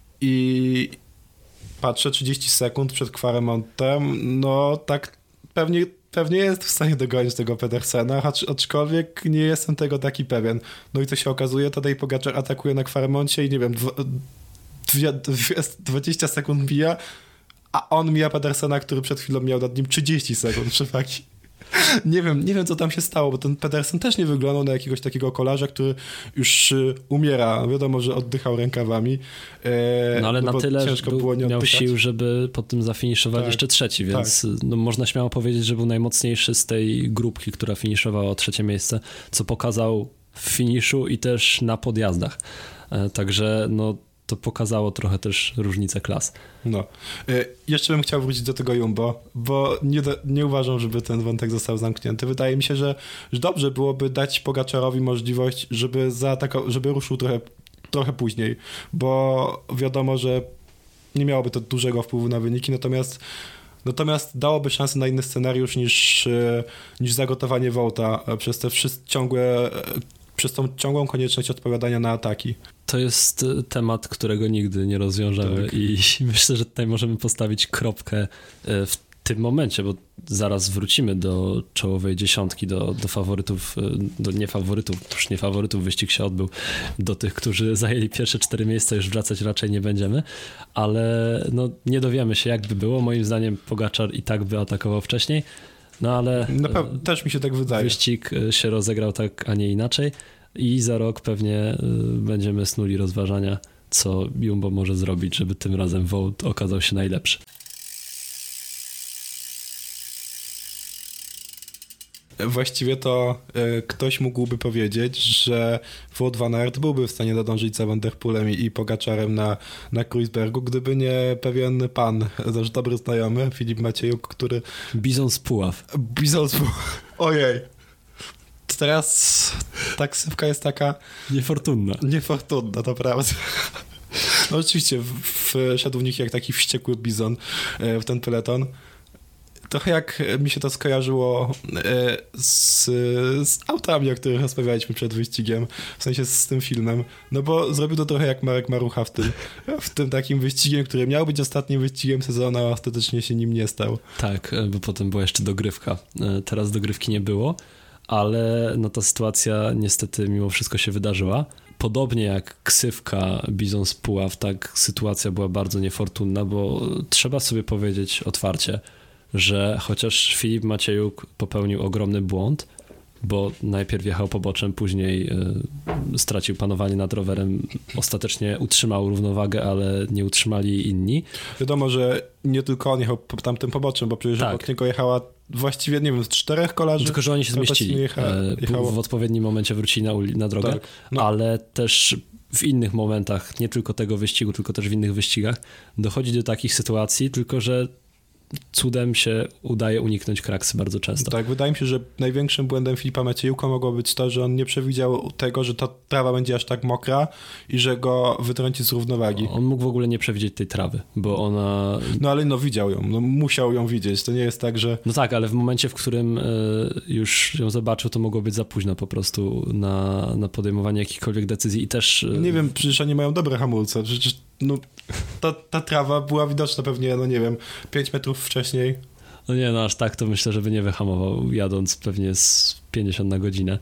i patrzę trzydzieści sekund przed Quaremontem, no tak pewnie Pewnie jest w stanie dogonić tego Pedersena, acz, aczkolwiek nie jestem tego taki pewien. No i co się okazuje, Tadej Pogaczar atakuje na Quaremoncie i nie wiem, dwa, dwie, dwie, dwadzieścia sekund mija, a on mija Pedersena, który przed chwilą miał nad nim trzydzieści sekund przewagi. Nie wiem, nie wiem co tam się stało, bo ten Pedersen też nie wyglądał na jakiegoś takiego kolarza, który już y, umiera. Wiadomo, że oddychał rękawami. E, no ale no na tyle, że był, było nie miał oddychać. sił, żeby po tym zafiniszować tak, jeszcze trzeci, więc tak. no, można śmiało powiedzieć, że był najmocniejszy z tej grupki, która finiszowała o trzecie miejsce, co pokazał w finiszu i też na podjazdach. E, także no to pokazało trochę też różnicę klas. No. Y, jeszcze bym chciał wrócić do tego Jumbo, bo nie, do, nie uważam, żeby ten wątek został zamknięty. Wydaje mi się, że, że dobrze byłoby dać Pogaczarowi możliwość, żeby zaatakował, żeby ruszył trochę, trochę później, bo wiadomo, że nie miałoby to dużego wpływu na wyniki, natomiast Natomiast dałoby szansę na inny scenariusz niż, niż zagotowanie Wołta przez te wszystkie ciągłe, przez tą ciągłą konieczność odpowiadania na ataki. To jest temat, którego nigdy nie rozwiążemy tak. i myślę, że tutaj możemy postawić kropkę w tym momencie, bo zaraz wrócimy do czołowej dziesiątki, do, do faworytów, do niefaworytów, już nie faworytów, wyścig się odbył, do tych, którzy zajęli pierwsze cztery miejsca, już wracać raczej nie będziemy, ale no, nie dowiemy się, jak by było. Moim zdaniem Pogaczar i tak by atakował wcześniej, no ale Na pewno, też mi się tak wydaje. Wyścig się rozegrał tak, a nie inaczej i za rok pewnie będziemy snuli rozważania, co Jumbo może zrobić, żeby tym razem Wout okazał się najlepszy. Właściwie to y, ktoś mógłby powiedzieć, że Wout van Aert byłby w stanie nadążyć za Van der Poelem i Pogaczarem na, na Kreuzbergu, gdyby nie pewien pan, nasz dobry znajomy, Filip Maciejuk, który... Bizon z Puław. Bizon z Puław. Ojej. Teraz ta ksywka jest taka... Niefortunna. Niefortunna, to prawda. No oczywiście wszedł w nich jak taki wściekły bizon w ten peleton. Trochę jak mi się to skojarzyło z, z autami, o których rozmawialiśmy przed wyścigiem, w sensie z tym filmem, no bo zrobił to trochę jak Marek Marucha w tym, w tym takim wyścigiem, który miał być ostatnim wyścigiem sezonu, a ostatecznie się nim nie stał. Tak, bo potem była jeszcze dogrywka. Teraz dogrywki nie było, ale no ta sytuacja niestety mimo wszystko się wydarzyła. Podobnie jak ksywka Bizon z Puław, tak sytuacja była bardzo niefortunna, bo trzeba sobie powiedzieć otwarcie, że chociaż Filip Maciejuk popełnił ogromny błąd, bo najpierw jechał poboczem, później y, stracił panowanie nad rowerem, ostatecznie utrzymał równowagę, ale nie utrzymali inni. Wiadomo, że nie tylko on jechał tamtym poboczem, bo przecież tak. obok niego jechała właściwie, nie wiem, z czterech kolarzy. Tylko, że oni się zmieścili. Jecha, jechało... W odpowiednim momencie wrócili na, na drogę, tak. no. ale też w innych momentach, nie tylko tego wyścigu, tylko też w innych wyścigach, dochodzi do takich sytuacji, tylko że cudem się udaje uniknąć kraksy bardzo często. Tak, wydaje mi się, że największym błędem Filipa Maciejuka mogło być to, że on nie przewidział tego, że ta trawa będzie aż tak mokra i że go wytrąci z równowagi. On mógł w ogóle nie przewidzieć tej trawy, bo ona... No ale no widział ją, no musiał ją widzieć, to nie jest tak, że... No tak, ale w momencie, w którym y, już ją zobaczył, to mogło być za późno po prostu na, na podejmowanie jakichkolwiek decyzji i też... Y... Nie wiem, przecież oni mają dobre hamulce, przecież no, ta, ta trawa była widoczna pewnie, no nie wiem, pięć metrów wcześniej. No nie, no aż tak to myślę, żeby nie wyhamował, jadąc pewnie z pięćdziesiąt na godzinę,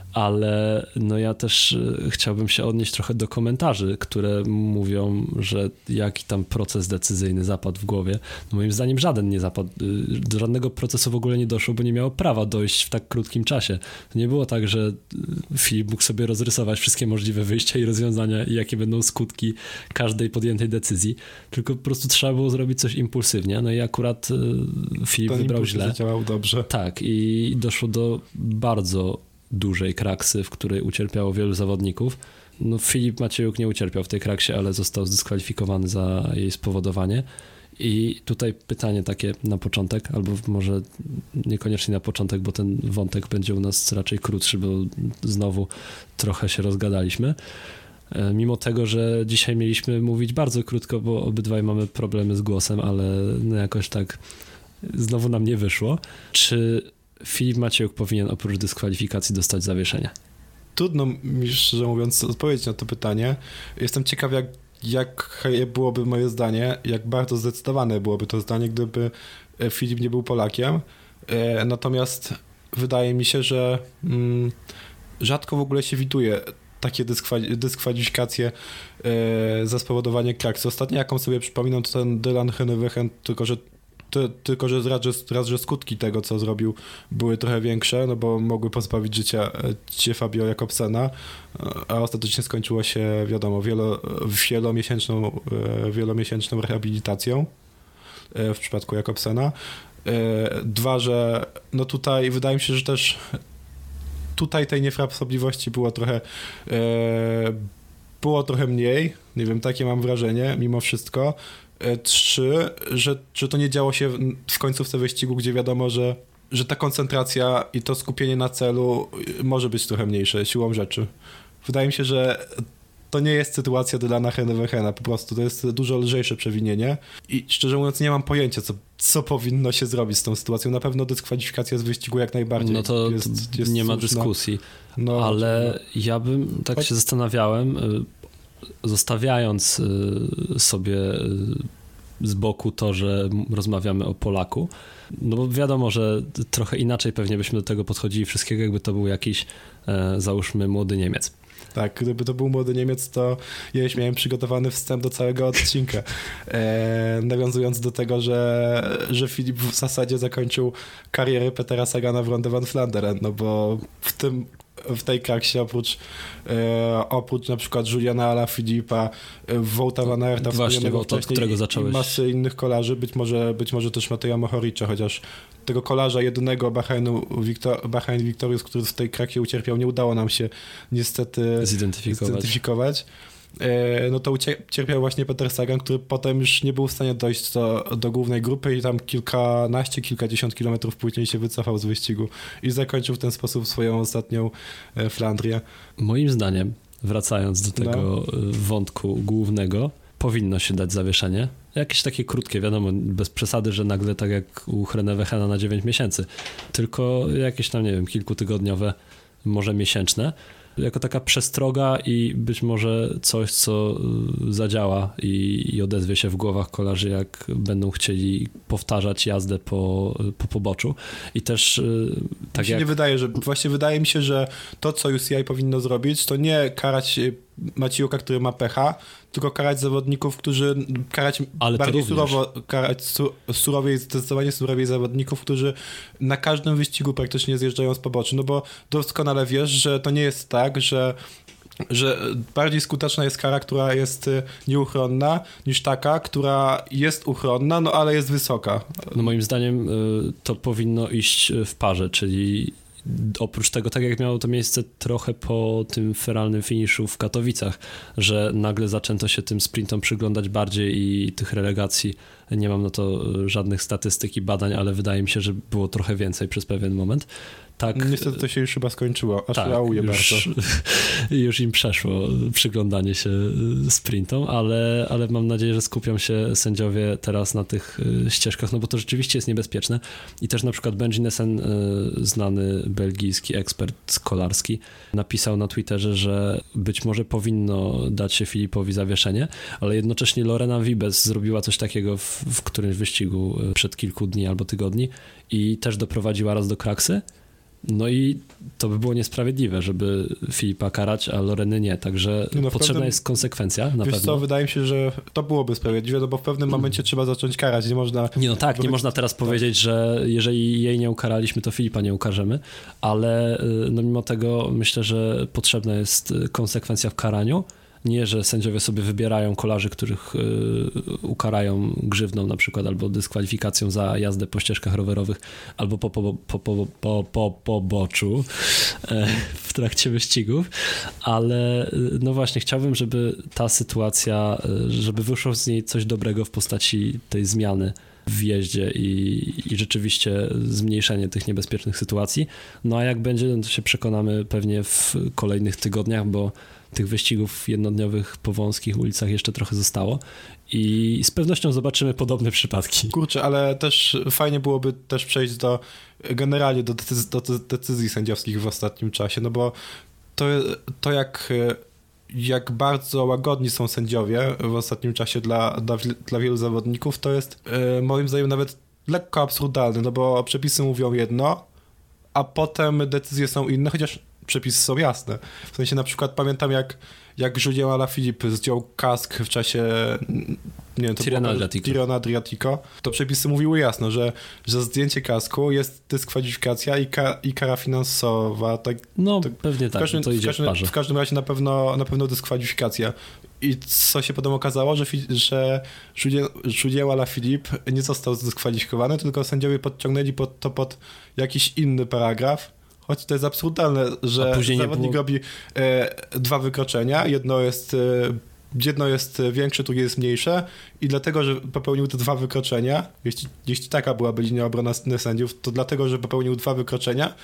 ale no ja też chciałbym się odnieść trochę do komentarzy, które mówią, że jaki tam proces decyzyjny zapadł w głowie. No moim zdaniem żaden nie zapadł, do żadnego procesu w ogóle nie doszło, bo nie miało prawa dojść w tak krótkim czasie. To nie było tak, że Filip mógł sobie rozrysować wszystkie możliwe wyjścia i rozwiązania i jakie będą skutki każdej podjętej decyzji, tylko po prostu trzeba było zrobić coś impulsywnie, no i akurat Filip Ten wybrał źle. Zadziałał dobrze. Tak, i doszło do bardzo dużej kraksy, w której ucierpiało wielu zawodników. No Filip Maciejuk nie ucierpiał w tej kraksie, ale został zdyskwalifikowany za jej spowodowanie. I tutaj pytanie takie na początek, albo może niekoniecznie na początek, bo ten wątek będzie u nas raczej krótszy, bo znowu trochę się rozgadaliśmy. Mimo tego, że dzisiaj mieliśmy mówić bardzo krótko, bo obydwaj mamy problemy z głosem, ale no jakoś tak znowu nam nie wyszło. Czy Filip Maciejuk powinien oprócz dyskwalifikacji dostać zawieszenie? Trudno mi, szczerze mówiąc, odpowiedzieć na to pytanie. Jestem ciekaw, jak, jak byłoby moje zdanie, jak bardzo zdecydowane byłoby to zdanie, gdyby Filip nie był Polakiem. Natomiast wydaje mi się, że mm, rzadko w ogóle się widuje takie dyskwali- dyskwalifikacje e, za spowodowanie kraksy. Ostatnio, jaką sobie przypominam, to ten Dylan Groenewegen, tylko że Ty, tylko, że raz, że raz, że skutki tego, co zrobił, były trochę większe, no bo mogły pozbawić życia cię Fabio Jakobsena, a ostatecznie skończyło się, wiadomo, wielo, wielomiesięczną, wielomiesięczną rehabilitacją w przypadku Jakobsena. Dwa, że no tutaj wydaje mi się, że też tutaj tej niefrasobliwości było trochę było trochę mniej, nie wiem, takie mam wrażenie, mimo wszystko. Trzy, że, że to nie działo się w końcówce wyścigu, gdzie wiadomo, że, że ta koncentracja i to skupienie na celu może być trochę mniejsze siłą rzeczy. Wydaje mi się, że to nie jest sytuacja Dylana Groenewegena, po prostu to jest dużo lżejsze przewinienie i szczerze mówiąc nie mam pojęcia, co, co powinno się zrobić z tą sytuacją. Na pewno dyskwalifikacja z wyścigu jak najbardziej. No to, jest, to jest nie ma słuszna. dyskusji, no, ale no. ja bym tak Choć... się zastanawiałem, zostawiając sobie z boku to, że rozmawiamy o Polaku, no bo wiadomo, że trochę inaczej pewnie byśmy do tego podchodzili wszystkiego, jakby to był jakiś, e, załóżmy, młody Niemiec. Tak, gdyby to był młody Niemiec, to ja już miałem przygotowany wstęp do całego odcinka. E, nawiązując do tego, że, że Filip w zasadzie zakończył karierę Petera Sagana w Ronde van Vlaanderen, no bo w tym w tej kraksie oprócz e, oprócz na przykład Juliana Alaphilippa, Wouta van Aerta, Właśnie, Wouta, od którego i, zacząłeś. I masy innych kolarzy, być może, być może też Mateja Mohoricza, chociaż tego kolarza jedynego Bahrainu, Victor, Bahrain Victorious, który w tej krakie ucierpiał, nie udało nam się niestety zidentyfikować. zidentyfikować. No to ucierpiał właśnie Peter Sagan, który potem już nie był w stanie dojść do, do głównej grupy i tam kilkanaście, kilkadziesiąt kilometrów później się wycofał z wyścigu i zakończył w ten sposób swoją ostatnią Flandrię. Moim zdaniem, wracając do tego no. wątku głównego, powinno się dać zawieszenie. Jakieś takie krótkie, wiadomo, bez przesady, że nagle tak jak u Groenewegena na dziewięć miesięcy, tylko jakieś tam, nie wiem, kilkutygodniowe, może miesięczne, jako taka przestroga i być może coś, co zadziała i, i odezwie się w głowach kolarzy, jak będą chcieli powtarzać jazdę po, po poboczu. I też tak mi się jak... nie wydaje, że właśnie wydaje mi się, że to, co U C I powinno zrobić, to nie karać Maciejuka, który ma pecha, tylko karać zawodników, którzy karać Ale bardziej surowo, karać su, surowiej, zdecydowanie surowiej zawodników, którzy na każdym wyścigu praktycznie zjeżdżają z poboczy, no bo doskonale wiesz, że to nie jest tak, że że bardziej skuteczna jest kara, która jest nieuchronna, niż taka, która jest uchronna, no ale jest wysoka. No moim zdaniem to powinno iść w parze, czyli oprócz tego, tak jak miało to miejsce trochę po tym feralnym finiszu w Katowicach, że nagle zaczęto się tym sprintom przyglądać bardziej i tych relegacji, nie mam na to żadnych statystyk i badań, ale wydaje mi się, że było trochę więcej przez pewien moment. Tak, niestety to się już chyba skończyło, aż tak, żałuję już, bardzo. Już im przeszło przyglądanie się sprintom, ale, ale mam nadzieję, że skupią się sędziowie teraz na tych ścieżkach, no bo to rzeczywiście jest niebezpieczne i też na przykład Benji Nessen, znany belgijski ekspert kolarski, napisał na Twitterze, że być może powinno dać się Filipowi zawieszenie, ale jednocześnie Lorena Wiebes zrobiła coś takiego w, w którymś wyścigu przed kilku dni albo tygodni i też doprowadziła raz do kraksy. No i to by było niesprawiedliwe, żeby Filipa karać, a Loreny nie, także no potrzebna pewnym, jest konsekwencja na wiesz pewno. co, wydaje mi się, że to byłoby sprawiedliwe, no bo w pewnym momencie hmm. trzeba zacząć karać, nie można... Nie no tak, nie można teraz powiedzieć, że jeżeli jej nie ukaraliśmy, to Filipa nie ukażemy, ale no mimo tego myślę, że potrzebna jest konsekwencja w karaniu, Nie, że sędziowie sobie wybierają kolarzy, których y, ukarają grzywną na przykład, albo dyskwalifikacją za jazdę po ścieżkach rowerowych, albo po poboczu po, po, po, po, po boczu, e, w trakcie wyścigów, ale no właśnie chciałbym, żeby ta sytuacja, żeby wyszło z niej coś dobrego w postaci tej zmiany w jeździe i, i rzeczywiście zmniejszenie tych niebezpiecznych sytuacji. No a jak będzie, no to się przekonamy pewnie w kolejnych tygodniach, bo tych wyścigów jednodniowych po wąskich ulicach jeszcze trochę zostało i z pewnością zobaczymy podobne przypadki. Kurczę, ale też fajnie byłoby też przejść do generalnie do decyzji, do decyzji sędziowskich w ostatnim czasie, no bo to, to jak, jak bardzo łagodni są sędziowie w ostatnim czasie dla, dla, dla wielu zawodników, to jest yy, moim zdaniem nawet lekko absurdalne, no bo przepisy mówią jedno, a potem decyzje są inne, chociaż przepisy są jasne. W sensie na przykład pamiętam jak, jak Julien Alaphilippe zdjął kask w czasie nie wiem, to Tirreno Adriatico. Tirreno Adriatico, to przepisy mówiły jasno, że za zdjęcie kasku jest dyskwalifikacja i, ka, i kara finansowa. Tak, no tak, pewnie tak, każdym, to idzie w każdym, w parze. W każdym razie na pewno, na pewno dyskwalifikacja. I co się potem okazało, że, że Julien, Julien Alaphilippe nie został zdyskwalifikowany, tylko sędziowie podciągnęli pod, to pod jakiś inny paragraf. Choć to jest absurdalne, że zawodnik było... robi e, dwa wykroczenia, jedno jest, e, jedno jest większe, drugie jest mniejsze i dlatego, że popełnił te dwa wykroczenia, jeśli, jeśli taka byłaby linia obrony sędziów, to dlatego, że popełnił dwa wykroczenia,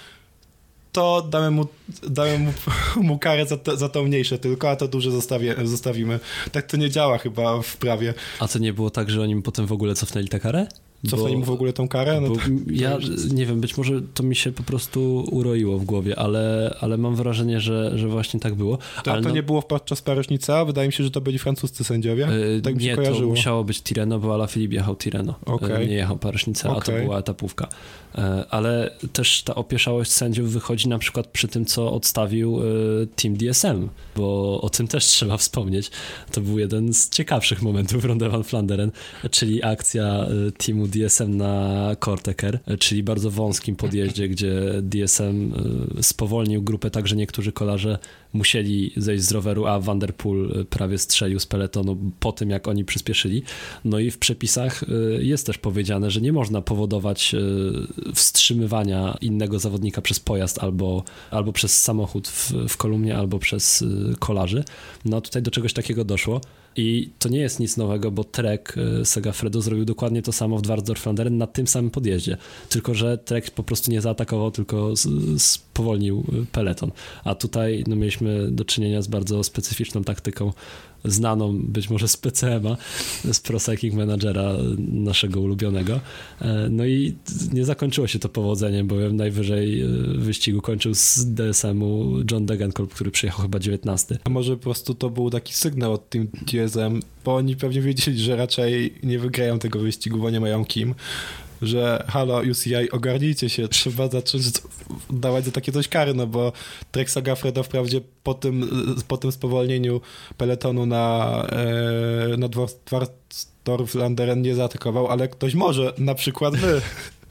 to damy mu, damy mu, mu karę za to, za to mniejsze tylko, a to duże zostawię, zostawimy. Tak to nie działa chyba w prawie. A to nie było tak, że oni potem w ogóle cofnęli tę karę? Cofnęli mu w ogóle tą karę? No to, ja to już... nie wiem, być może to mi się po prostu uroiło w głowie, ale, ale mam wrażenie, że, że właśnie tak było. To, ale to no... nie było podczas Paryż-Nice? Wydaje mi się, że to byli francuscy sędziowie. Yy, tak mi nie, się kojarzyło. to musiało być Tirreno, bo Alaphilippe jechał Tirreno. Okay. Yy, nie jechał Paryż-Nice, okay. A to była etapówka. Yy, ale też ta opieszałość sędziów wychodzi na przykład przy tym, co odstawił yy, Team D S M, bo o tym też trzeba wspomnieć. To był jeden z ciekawszych momentów Ronde van Vlaanderen, czyli akcja yy, teamu D S M na Korteker, czyli bardzo wąskim podjeździe, gdzie D S M spowolnił grupę tak, że niektórzy kolarze musieli zejść z roweru, a Van der Poel prawie strzelił z peletonu po tym, jak oni przyspieszyli. No i w przepisach jest też powiedziane, że nie można powodować wstrzymywania innego zawodnika przez pojazd albo, albo przez samochód w, w kolumnie, albo przez kolarzy. No tutaj do czegoś takiego doszło. I to nie jest nic nowego, bo Trek Segafredo zrobił dokładnie to samo w Dwarsdorf-Vlaanderen na tym samym podjeździe. Tylko że Trek po prostu nie zaatakował, tylko spowolnił peleton. A tutaj no, mieliśmy do czynienia z bardzo specyficzną taktyką, znaną być może z P C M a, z Pro Cycling Managera naszego ulubionego. No i nie zakończyło się to powodzeniem, bowiem najwyżej wyścigu kończył z D S M u John Degenkolb, który przyjechał chyba dziewiętnasty. A może po prostu to był taki sygnał od Team D S M, bo oni pewnie wiedzieli, że raczej nie wygrają tego wyścigu, bo nie mają kim. Że halo, U C I, ogarnijcie się, trzeba zacząć dawać za takie coś kary, no bo Trek Segafredo wprawdzie po tym, po tym spowolnieniu peletonu na, e, na Dwarsdorf-Vlaanderen nie zaatakował, ale ktoś może, na przykład my.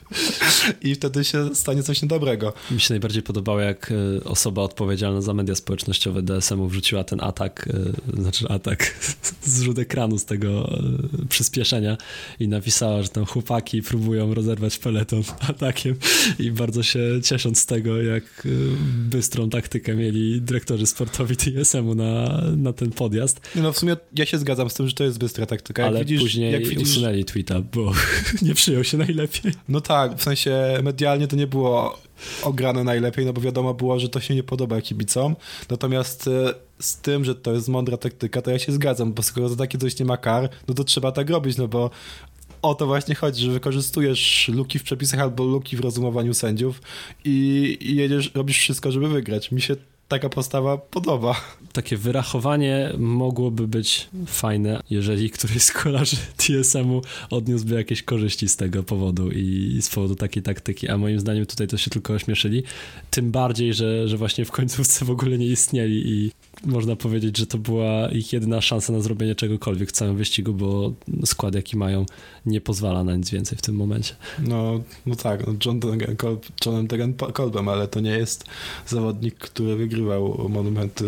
I wtedy się stanie coś niedobrego. Mi się najbardziej podobało, jak osoba odpowiedzialna za media społecznościowe D S M u wrzuciła ten atak, znaczy atak, zrzut ekranu z tego przyspieszenia i napisała, że tam chłopaki próbują rozerwać peleton atakiem i bardzo się ciesząc z tego, jak bystrą taktykę mieli dyrektorzy sportowi D S M u na, na ten podjazd. No w sumie ja się zgadzam z tym, że to jest bystra taktyka. Jak ale widzisz, później jak widzisz... usunęli tweeta, bo nie przyjął się najlepiej. No tak, w sensie medialnie to nie było ograne najlepiej, no bo wiadomo było, że to się nie podoba kibicom. Natomiast z tym, że to jest mądra taktyka, to ja się zgadzam, bo skoro za takie coś nie ma kar, no to trzeba tak robić, no bo o to właśnie chodzi, że wykorzystujesz luki w przepisach albo luki w rozumowaniu sędziów i, i jedziesz, robisz wszystko, żeby wygrać. Mi się taka postawa podoba. Takie wyrachowanie mogłoby być fajne, jeżeli któryś z kolarzy D S M u odniósłby jakieś korzyści z tego powodu i z powodu takiej taktyki, a moim zdaniem tutaj to się tylko ośmieszyli. Tym bardziej, że, że właśnie w końcówce w ogóle nie istnieli i można powiedzieć, że to była ich jedyna szansa na zrobienie czegokolwiek w całym wyścigu, bo skład jaki mają nie pozwala na nic więcej w tym momencie. No, no tak, no John Degenkolb, Johnem Degenkolbem, ale to nie jest zawodnik, który wygrywał monumenty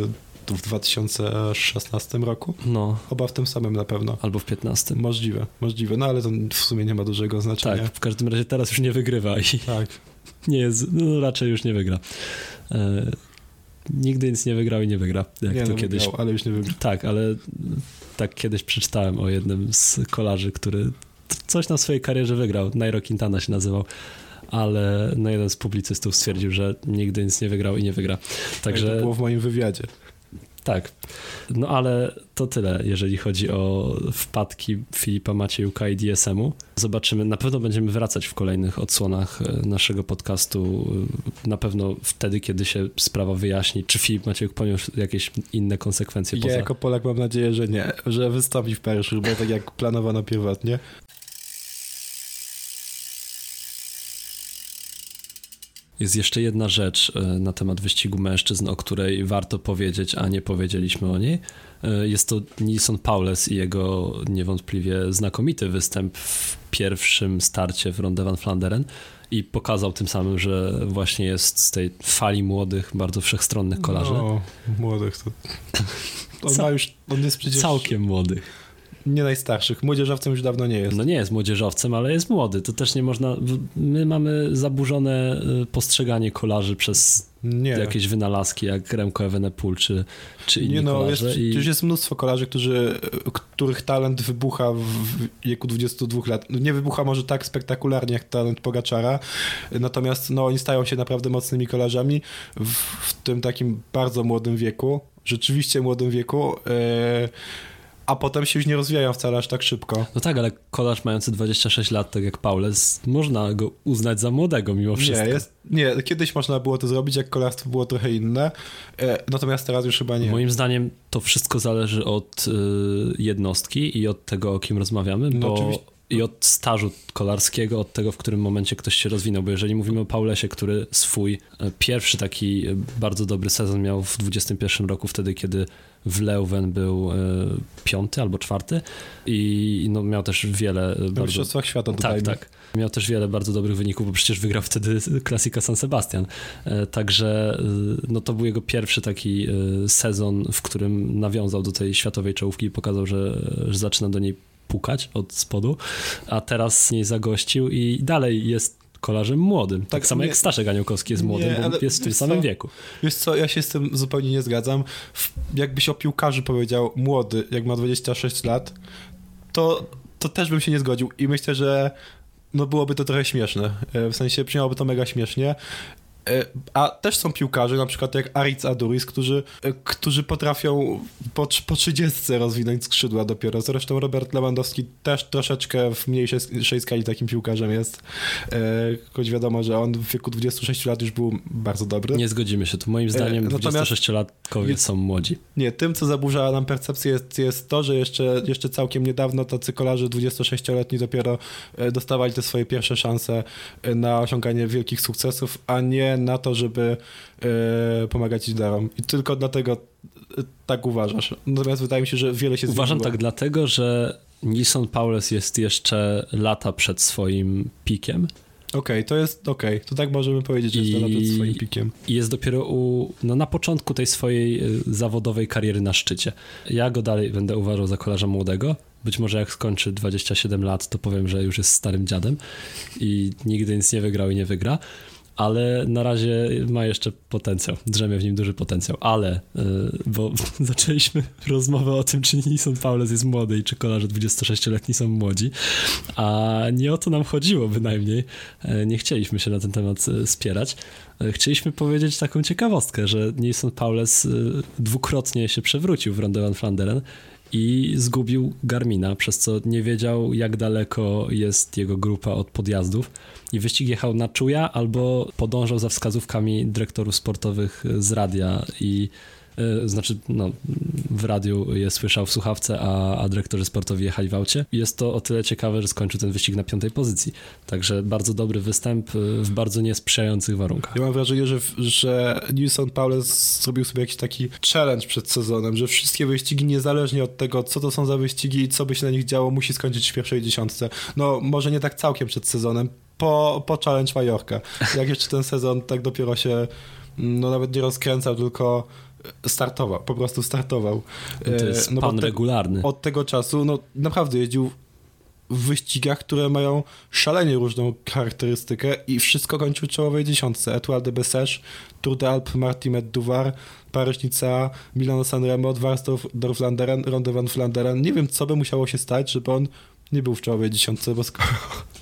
w dwa tysiące szesnastym roku? No. Chyba w tym samym na pewno. Albo w piętnastym. Możliwe, możliwe, no ale to w sumie nie ma dużego znaczenia. Tak, w każdym razie teraz już nie wygrywa i tak. nie jest, no raczej już nie wygra. E, nigdy nic nie wygrał i nie wygra. Jak nie, to no, kiedyś. wygrał, ale już nie wygrał. Tak, ale tak kiedyś przeczytałem o jednym z kolarzy, który coś na swojej karierze wygrał. Nairo Quintana się nazywał. Ale no jeden z publicystów stwierdził, że nigdy nic nie wygrał i nie wygra. Także tak, to było w moim wywiadzie. Tak. No ale to tyle, jeżeli chodzi o wpadki Filipa Maciejuka i D S M-u. Zobaczymy, na pewno będziemy wracać w kolejnych odsłonach naszego podcastu. Na pewno wtedy, kiedy się sprawa wyjaśni, czy Filip Maciejuk poniósł jakieś inne konsekwencje. Ja poza... jako Polak mam nadzieję, że nie, że wystąpi w Paryżu, bo tak jak planowano pierwotnie. Jest jeszcze jedna rzecz na temat wyścigu mężczyzn, o której warto powiedzieć, a nie powiedzieliśmy o niej. Jest to Nilsson Powless i jego niewątpliwie znakomity występ w pierwszym starcie w Ronde van Vlaanderen i pokazał tym samym, że właśnie jest z tej fali młodych, bardzo wszechstronnych kolarzy. No, młodych to... On Ca- ma już, on jest przecież... Całkiem młodych. Nie najstarszych. Młodzieżowcem już dawno nie jest. No nie jest młodzieżowcem, ale jest młody. To też nie można... My mamy zaburzone postrzeganie kolarzy przez nie. jakieś wynalazki jak Remco Evenepoel czy, czy inni nie no, kolarze. Jest, i... Już jest mnóstwo kolarzy, którzy, których talent wybucha w wieku dwudziestu dwóch lat. Nie wybucha może tak spektakularnie jak talent Pogaczara, natomiast no, oni stają się naprawdę mocnymi kolarzami w, w tym takim bardzo młodym wieku. Rzeczywiście młodym wieku. Yy... a potem się już nie rozwijają wcale aż tak szybko. No tak, ale kolarz mający dwadzieścia sześć lat, tak jak Powless, można go uznać za młodego mimo wszystko. Nie, jest, nie, kiedyś można było to zrobić, jak kolarstwo było trochę inne, natomiast teraz już chyba nie. Moim zdaniem to wszystko zależy od y, jednostki i od tego, o kim rozmawiamy, no, bo oczywiście. i od stażu kolarskiego, od tego, w którym momencie ktoś się rozwinął, bo jeżeli mówimy o Powlessie, który swój pierwszy taki bardzo dobry sezon miał w dwudziestym pierwszym roku, wtedy, kiedy w Leuven był piąty albo czwarty i no, miał też wiele... W bardzo... Mistrzostwach Świata Tak, dodajmy. tak. Miał też wiele bardzo dobrych wyników, bo przecież wygrał wtedy Klasika San Sebastian. Także no, to był jego pierwszy taki sezon, w którym nawiązał do tej światowej czołówki i pokazał, że, że zaczyna do niej pukać od spodu, a teraz nie zagościł i dalej jest kolarzem młodym. Tak, tak samo nie, jak Staszek Aniołkowski jest młodym, nie, bo jest w tym samym co, wieku. Wiesz co, ja się z tym zupełnie nie zgadzam. Jakbyś o piłkarzu powiedział młody, jak ma dwadzieścia sześć lat, to, to też bym się nie zgodził i myślę, że no byłoby to trochę śmieszne. W sensie brzmiałoby to mega śmiesznie. A też są piłkarze, na przykład jak Aritz Aduriz, którzy, którzy potrafią po, po trzydziestce rozwinąć skrzydła dopiero. Zresztą Robert Lewandowski też troszeczkę w mniejszej skali takim piłkarzem jest. Choć wiadomo, że on w wieku dwudziestu sześciu lat już był bardzo dobry. Nie zgodzimy się. Tu moim zdaniem dwudziestosześciolatkowie są młodzi. Nie, tym co zaburza nam percepcję jest, jest to, że jeszcze, jeszcze całkiem niedawno tacy kolarze dwudziestosześcioletni dopiero dostawali te swoje pierwsze szanse na osiąganie wielkich sukcesów, a nie na to, żeby e, pomagać liderom. I tylko dlatego e, tak uważasz. Natomiast wydaje mi się, że wiele się zmieniło. Uważam tak dlatego, że Nilsson Powless jest jeszcze lata przed swoim pikiem. Okej, okay, to jest okej. Okay. To tak możemy powiedzieć, że I, jest lata przed swoim pikiem. I jest dopiero u, no, na początku tej swojej zawodowej kariery na szczycie. Ja go dalej będę uważał za kolarza młodego. Być może jak skończy dwadzieścia siedem lat, to powiem, że już jest starym dziadem i nigdy nic nie wygrał i nie wygra. Ale na razie ma jeszcze potencjał, drzemie w nim duży potencjał, ale, yy, bo zaczęliśmy rozmowę o tym, czy Nilsson Powless jest młody i czy kolarze dwudziestosześcioletni są młodzi, a nie o to nam chodziło bynajmniej, yy, nie chcieliśmy się na ten temat yy, spierać. Yy, chcieliśmy powiedzieć taką ciekawostkę, że Nilsson Powless yy, dwukrotnie się przewrócił w Ronde van Vlaanderen i zgubił Garmina, przez co nie wiedział, jak daleko jest jego grupa od podjazdów i wyścig jechał na czuja albo podążał za wskazówkami dyrektorów sportowych z radia i yy, znaczy no, w radiu je słyszał w słuchawce, a, a dyrektorzy sportowi jechali w aucie. Jest to o tyle ciekawe, że skończył ten wyścig na piątej pozycji. Także bardzo dobry występ w bardzo niesprzyjających warunkach. Ja mam wrażenie, że, że Nilsson Powless zrobił sobie jakiś taki challenge przed sezonem, że wszystkie wyścigi, niezależnie od tego, co to są za wyścigi i co by się na nich działo, musi skończyć w pierwszej dziesiątce. No może nie tak całkiem przed sezonem, po, po Challenge Majorka. Jak jeszcze ten sezon tak dopiero się no nawet nie rozkręcał, tylko startował, po prostu startował. To jest no pan te, regularny. Od tego czasu, no naprawdę jeździł w wyścigach, które mają szalenie różną charakterystykę i wszystko kończył w czołowej dziesiątce. Etoile de Bessèges, Tour de Alpes, Martinet Duvar, Paryż-Nicea, Milano-San Remo, Dwarsdorf-Flanderen, Ronde van Vlaanderen. Nie wiem, co by musiało się stać, żeby on nie był w czołowej dziesiątce, bo skoro...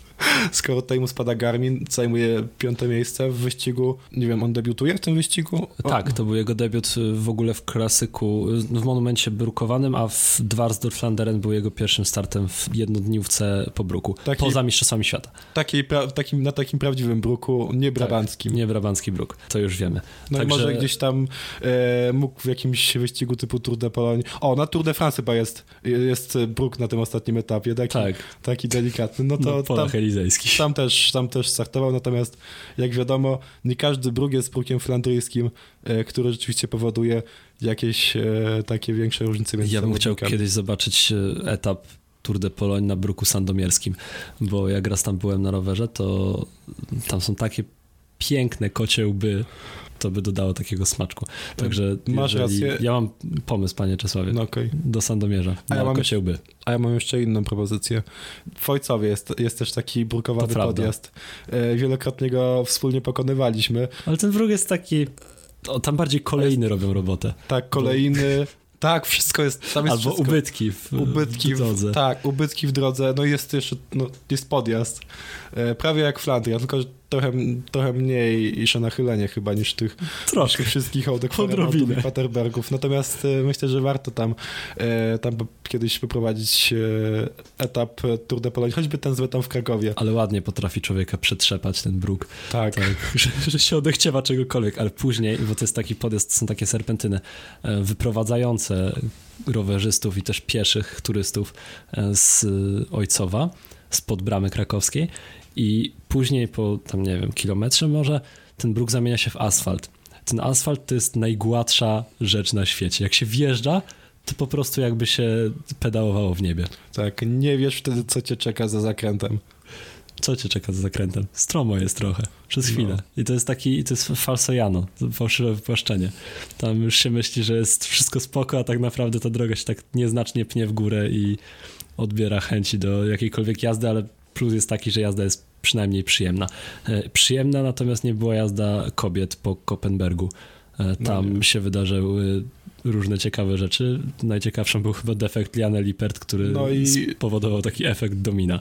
Skoro tutaj mu spada Garmin, zajmuje piąte miejsce w wyścigu. Nie wiem, on debiutuje w tym wyścigu? O. Tak, to był jego debiut w ogóle w klasyku, w monumencie brukowanym, a w Dwarsdorf-Flanderen był jego pierwszym startem w jednodniówce po bruku, Taki, poza Mistrzostwami Świata. Takiej pra- takim, na takim prawdziwym bruku, nie brabanckim. Tak, nie brabancki bruk, to już wiemy. No Także... i może gdzieś tam e, mógł w jakimś wyścigu typu Tour de Pologne. O, na Tour de France chyba jest, jest bruk na tym ostatnim etapie, taki, tak. taki delikatny. No to no, tam, tam, też, tam też startował, natomiast jak wiadomo, nie każdy bruk jest brukiem flandryjskim, e, który rzeczywiście powoduje jakieś e, takie większe różnice między Ja bym chciał kiedyś zobaczyć etap Tour de Pologne na bruku sandomierskim, bo jak raz tam byłem na rowerze, to tam są takie piękne kocie łby, to by dodało takiego smaczku. Także masz rację. Ja mam pomysł, panie Czesławie, no okay. do Sandomierza, na ja kocie łby. A ja mam jeszcze inną propozycję. W Ojcowie jest, jest też taki brukowany podjazd. Wielokrotnie go wspólnie pokonywaliśmy. Ale ten bruk jest taki... O, tam bardziej kolejny jest... robią robotę. Tak, kolejny... Tak, wszystko jest... Tam jest Albo wszystko. ubytki w, ubytki w drodze. W, tak, ubytki w drodze. No jest jeszcze... No, jest podjazd. E, prawie jak Flandria, tylko trochę, trochę mniejsze nachylenie chyba niż tych, niż tych wszystkich Oudek-Forenotów i Paterbergów. Natomiast e, myślę, że warto tam, e, tam kiedyś poprowadzić e, etap Tour de Pologne, choćby ten zły tam w Krakowie. Ale ładnie potrafi człowieka przetrzepać ten bruk. Tak. tak że, że się odechciewa czegokolwiek, ale później, bo to jest taki podjazd, to są takie serpentyny e, wyprowadzające rowerzystów i też pieszych turystów e, z Ojcowa, spod bramy krakowskiej. I później po tam, nie wiem, kilometrze może ten bruk zamienia się w asfalt. Ten asfalt to jest najgładsza rzecz na świecie. Jak się wjeżdża, to po prostu jakby się pedałowało w niebie. Tak, nie wiesz wtedy, co cię czeka za zakrętem. Co cię czeka za zakrętem? Stromo jest trochę, przez chwilę. No. I to jest taki, to jest falsojano, fałszywe wypłaszczenie. Tam już się myśli, że jest wszystko spoko, a tak naprawdę ta droga się tak nieznacznie pnie w górę i odbiera chęci do jakiejkolwiek jazdy, ale plus jest taki, że jazda jest przynajmniej przyjemna. E, przyjemna natomiast nie była jazda kobiet po Kopenbergu. E, tam no się wydarzyły różne ciekawe rzeczy. Najciekawszą był chyba defekt Liane Lippert, który no i... spowodował taki efekt domina.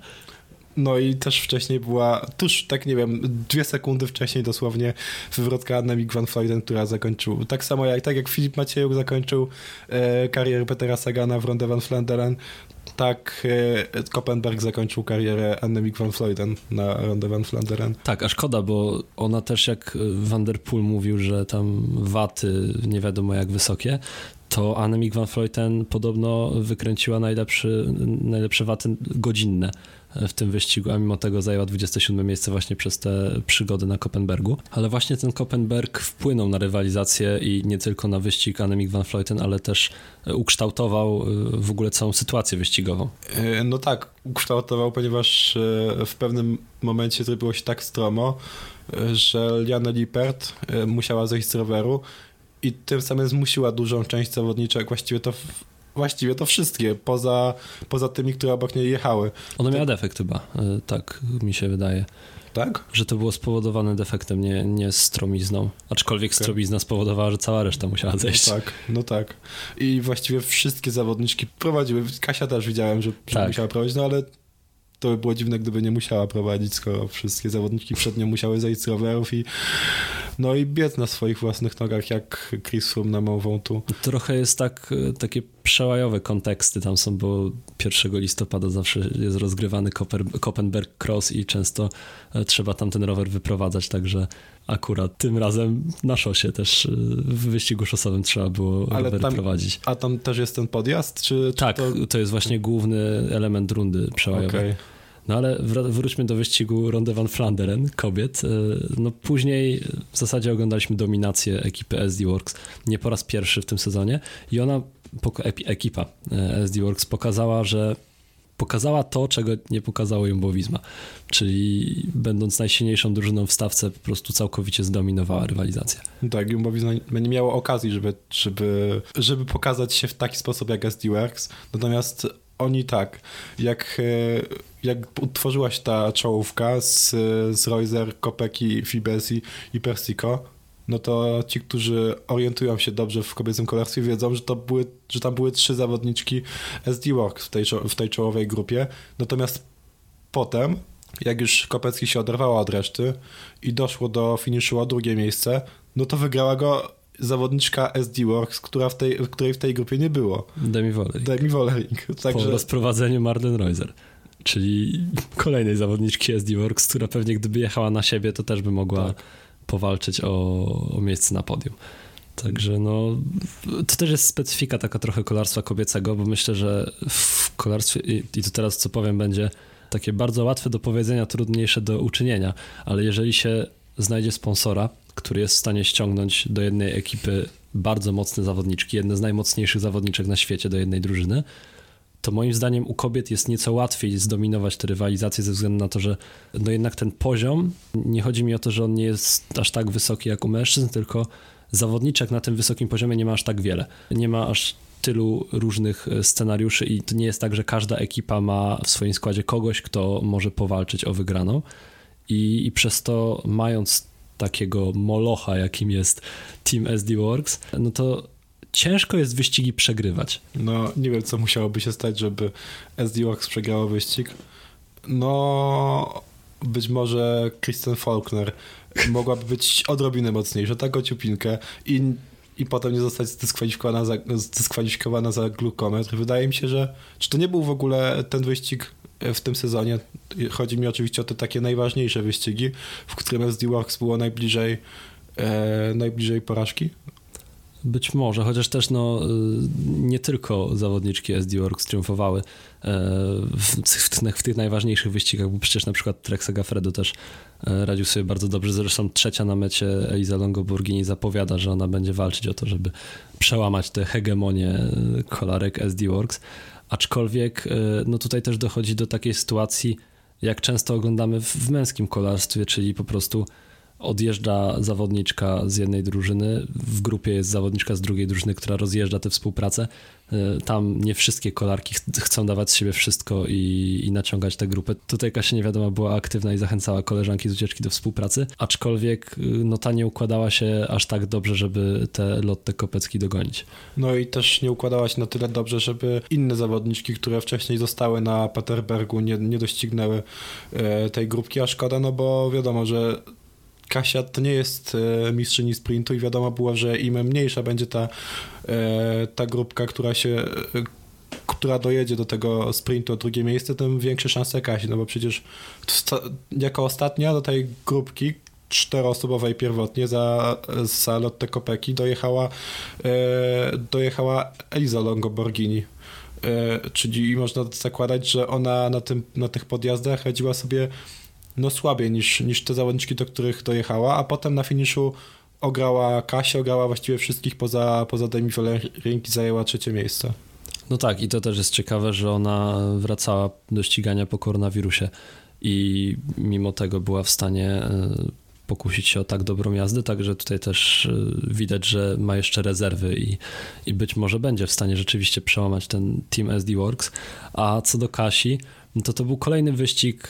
No i też wcześniej była, tuż tak nie wiem, dwie sekundy wcześniej dosłownie wywrotka Annemiek van Vleuten, która zakończył, tak samo jak, tak jak Filip Maciejuk zakończył e, karierę Petera Sagana w Ronde van Vlaanderen, tak e, Kopenberg zakończył karierę Annemiek van Vleuten na Ronde van Vlaanderen. Tak, a szkoda, bo ona też jak Van der Poel mówił, że tam waty nie wiadomo jak wysokie, to Annemiek van Vleuten podobno wykręciła najlepszy, najlepsze waty godzinne w tym wyścigu, a mimo tego zajęła dwudzieste siódme miejsce właśnie przez te przygody na Kopenbergu. Ale właśnie ten Kopenberg wpłynął na rywalizację i nie tylko na wyścig Annemiek van Vleuten, ale też ukształtował w ogóle całą sytuację wyścigową. No tak, ukształtował, ponieważ w pewnym momencie zrobiło się tak stromo, że Liane Lippert musiała zejść z roweru i tym samym zmusiła dużą część zawodniczek, właściwie to Właściwie to wszystkie, poza, poza tymi, które obok niej jechały. Ona miała defekt chyba, tak mi się wydaje. Tak? Że to było spowodowane defektem, nie, nie stromizną. Aczkolwiek okay. stromizna spowodowała, że cała reszta musiała zejść. No tak, no tak. I właściwie wszystkie zawodniczki prowadziły. Kasia też widziałem, że, że tak. musiała prowadzić, no ale to by było dziwne, gdyby nie musiała prowadzić, skoro wszystkie zawodniczki przed nią musiały zejść z rowerów i no i biec na swoich własnych nogach, jak Chris Froome na Mont Ventoux. Trochę jest tak, takie przełajowe konteksty tam są, bo pierwszego listopada zawsze jest rozgrywany Koper- Kopenberg Cross i często trzeba tam ten rower wyprowadzać, także akurat tym razem na szosie też w wyścigu szosowym trzeba było Ale rower tam, prowadzić. A tam też jest ten podjazd? Czy, czy tak, to... to jest właśnie główny element rundy przełajowej. Okay. No ale wr- wróćmy do wyścigu Ronde van Vlaanderen kobiet. No później w zasadzie oglądaliśmy dominację ekipy S D Works nie po raz pierwszy w tym sezonie i ona, ekipa S D Works pokazała, że pokazała to, czego nie pokazało Jumbo-Visma, czyli będąc najsilniejszą drużyną w stawce po prostu całkowicie zdominowała rywalizację. Tak, Jumbo-Visma nie miało okazji, żeby, żeby, żeby pokazać się w taki sposób jak S D Works, natomiast oni tak, jak, jak utworzyła się ta czołówka z, z Reuser, Kopecky, Fibesi i Persico, no to ci, którzy orientują się dobrze w kobiecym kolarstwie, wiedzą, że, to były, że tam były trzy zawodniczki S D Works w tej, w tej czołowej grupie. Natomiast potem, jak już Kopecky się oderwała od reszty i doszło do finiszu o drugie miejsce, no to wygrała go zawodniczka S D Works, która w tej, której w tej grupie nie było. Demi Vollering. Demi Vollering. Także... Po rozprowadzeniu Marlen Reuser, czyli kolejnej zawodniczki S D Works, która pewnie gdyby jechała na siebie, to też by mogła tak. powalczyć o, o miejsce na podium. Także no, to też jest specyfika taka trochę kolarstwa kobiecego, bo myślę, że w kolarstwie, i, i to teraz co powiem będzie takie bardzo łatwe do powiedzenia, trudniejsze do uczynienia, ale jeżeli się znajdzie sponsora, który jest w stanie ściągnąć do jednej ekipy bardzo mocne zawodniczki, jedne z najmocniejszych zawodniczek na świecie do jednej drużyny, to moim zdaniem u kobiet jest nieco łatwiej zdominować tę rywalizację ze względu na to, że no jednak ten poziom, nie chodzi mi o to, że on nie jest aż tak wysoki jak u mężczyzn, tylko zawodniczek na tym wysokim poziomie nie ma aż tak wiele. Nie ma aż tylu różnych scenariuszy i to nie jest tak, że każda ekipa ma w swoim składzie kogoś, kto może powalczyć o wygraną i, i przez to mając takiego molocha, jakim jest Team S D Works, no to ciężko jest wyścigi przegrywać. No, nie wiem, co musiałoby się stać, żeby S D Works przegrało wyścig. No, być może Kristen Faulkner mogłaby być odrobinę mocniejsza, tak ociupinkę i, i potem nie zostać zdyskwalifikowana za, zdyskwalifikowana za glukometr. Wydaje mi się, że czy to nie był w ogóle ten wyścig w tym sezonie. Chodzi mi oczywiście o te takie najważniejsze wyścigi, w którym S D Works było najbliżej, e, najbliżej porażki. Być może, chociaż też no, nie tylko zawodniczki S D Works triumfowały w, w, tych, w tych najważniejszych wyścigach, bo przecież na przykład Trek Segafredo też radził sobie bardzo dobrze. Zresztą trzecia na mecie Elisa Longo-Borghini zapowiada, że ona będzie walczyć o to, żeby przełamać tę hegemonię kolarek S D Works. Aczkolwiek no tutaj też dochodzi do takiej sytuacji, jak często oglądamy w, w męskim kolarstwie, czyli po prostu odjeżdża zawodniczka z jednej drużyny, w grupie jest zawodniczka z drugiej drużyny, która rozjeżdża tę współpracę. Tam nie wszystkie kolarki ch- chcą dawać z siebie wszystko i, i naciągać tę grupę. Tutaj Kasia Niewiadoma była aktywna i zachęcała koleżanki z ucieczki do współpracy, aczkolwiek no ta nie układała się aż tak dobrze, żeby te Lotte Kopecky dogonić. No i też nie układała się na tyle dobrze, żeby inne zawodniczki, które wcześniej zostały na Paterbergu, nie, nie doścignęły e, tej grupki, a szkoda, no bo wiadomo, że Kasia to nie jest mistrzyni sprintu i wiadomo było, że im mniejsza będzie ta, ta grupka, która się, która dojedzie do tego sprintu o drugie miejsce, tym większe szanse Kasi, no bo przecież jako ostatnia do tej grupki czteroosobowej pierwotnie za, za Lotte Kopecky dojechała, dojechała Elisa Longo-Borghini. Czyli można zakładać, że ona na, tym, na tych podjazdach radziła sobie no słabiej niż, niż te zawodniczki, do których dojechała, a potem na finiszu ograła Kasię, ograła właściwie wszystkich poza, poza Demi Vollering i zajęła trzecie miejsce. No tak, i to też jest ciekawe, że ona wracała do ścigania po koronawirusie i mimo tego była w stanie pokusić się o tak dobrą jazdę, także tutaj też widać, że ma jeszcze rezerwy i, i być może będzie w stanie rzeczywiście przełamać ten Team S D Works. A co do Kasi, no to to był kolejny wyścig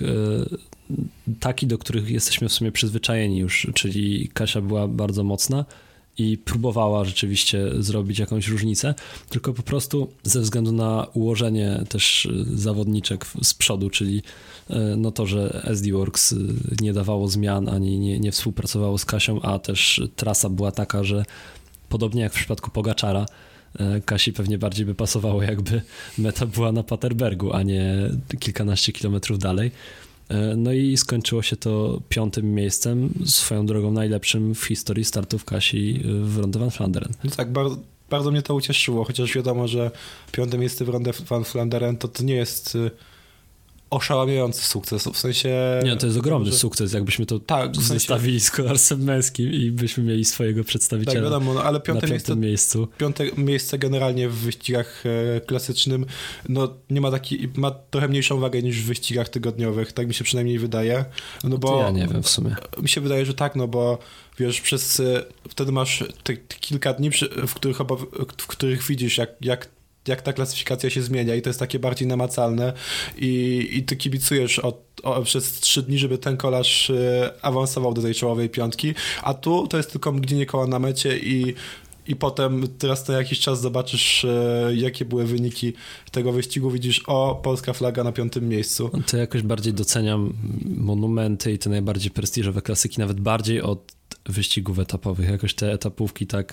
taki, do których jesteśmy w sumie przyzwyczajeni już, czyli Kasia była bardzo mocna i próbowała rzeczywiście zrobić jakąś różnicę, tylko po prostu ze względu na ułożenie też zawodniczek z przodu, czyli no to, że S D Works nie dawało zmian ani nie, nie współpracowało z Kasią, a też trasa była taka, że podobnie jak w przypadku Pogaczara, Kasi pewnie bardziej by pasowało, jakby meta była na Paterbergu, a nie kilkanaście kilometrów dalej. No i skończyło się to piątym miejscem, swoją drogą najlepszym w historii startów Kasi w Ronde van Vlaanderen. No tak, bardzo, bardzo mnie to ucieszyło, chociaż wiadomo, że piąte miejsce w Ronde van Vlaanderen to, to nie jest oszałamiający sukces, w sensie... Nie, to jest ogromny że... sukces, jakbyśmy to tak, w sensie... zestawili z kolarstwem męskim i byśmy mieli swojego przedstawiciela tak, wiadomo, no, ale piąte na piątym miejsce, miejscu. Piąte miejsce generalnie w wyścigach e, klasycznym, no nie ma taki, ma trochę mniejszą wagę niż w wyścigach tygodniowych, tak mi się przynajmniej wydaje. No bo ja nie wiem w sumie. Mi się wydaje, że tak, no bo wiesz, przez, wtedy masz te, te kilka dni, w których, obaw, w których widzisz, jak, jak jak ta klasyfikacja się zmienia i to jest takie bardziej namacalne i, i ty kibicujesz od, o, przez trzy dni, żeby ten kolarz y, awansował do tej czołowej piątki, a tu to jest tylko mgnienie koła na mecie i i potem teraz na jakiś czas zobaczysz, e, jakie były wyniki tego wyścigu, widzisz, o, polska flaga na piątym miejscu. To jakoś bardziej doceniam monumenty i te najbardziej prestiżowe klasyki, nawet bardziej od wyścigów etapowych. Jakoś te etapówki tak...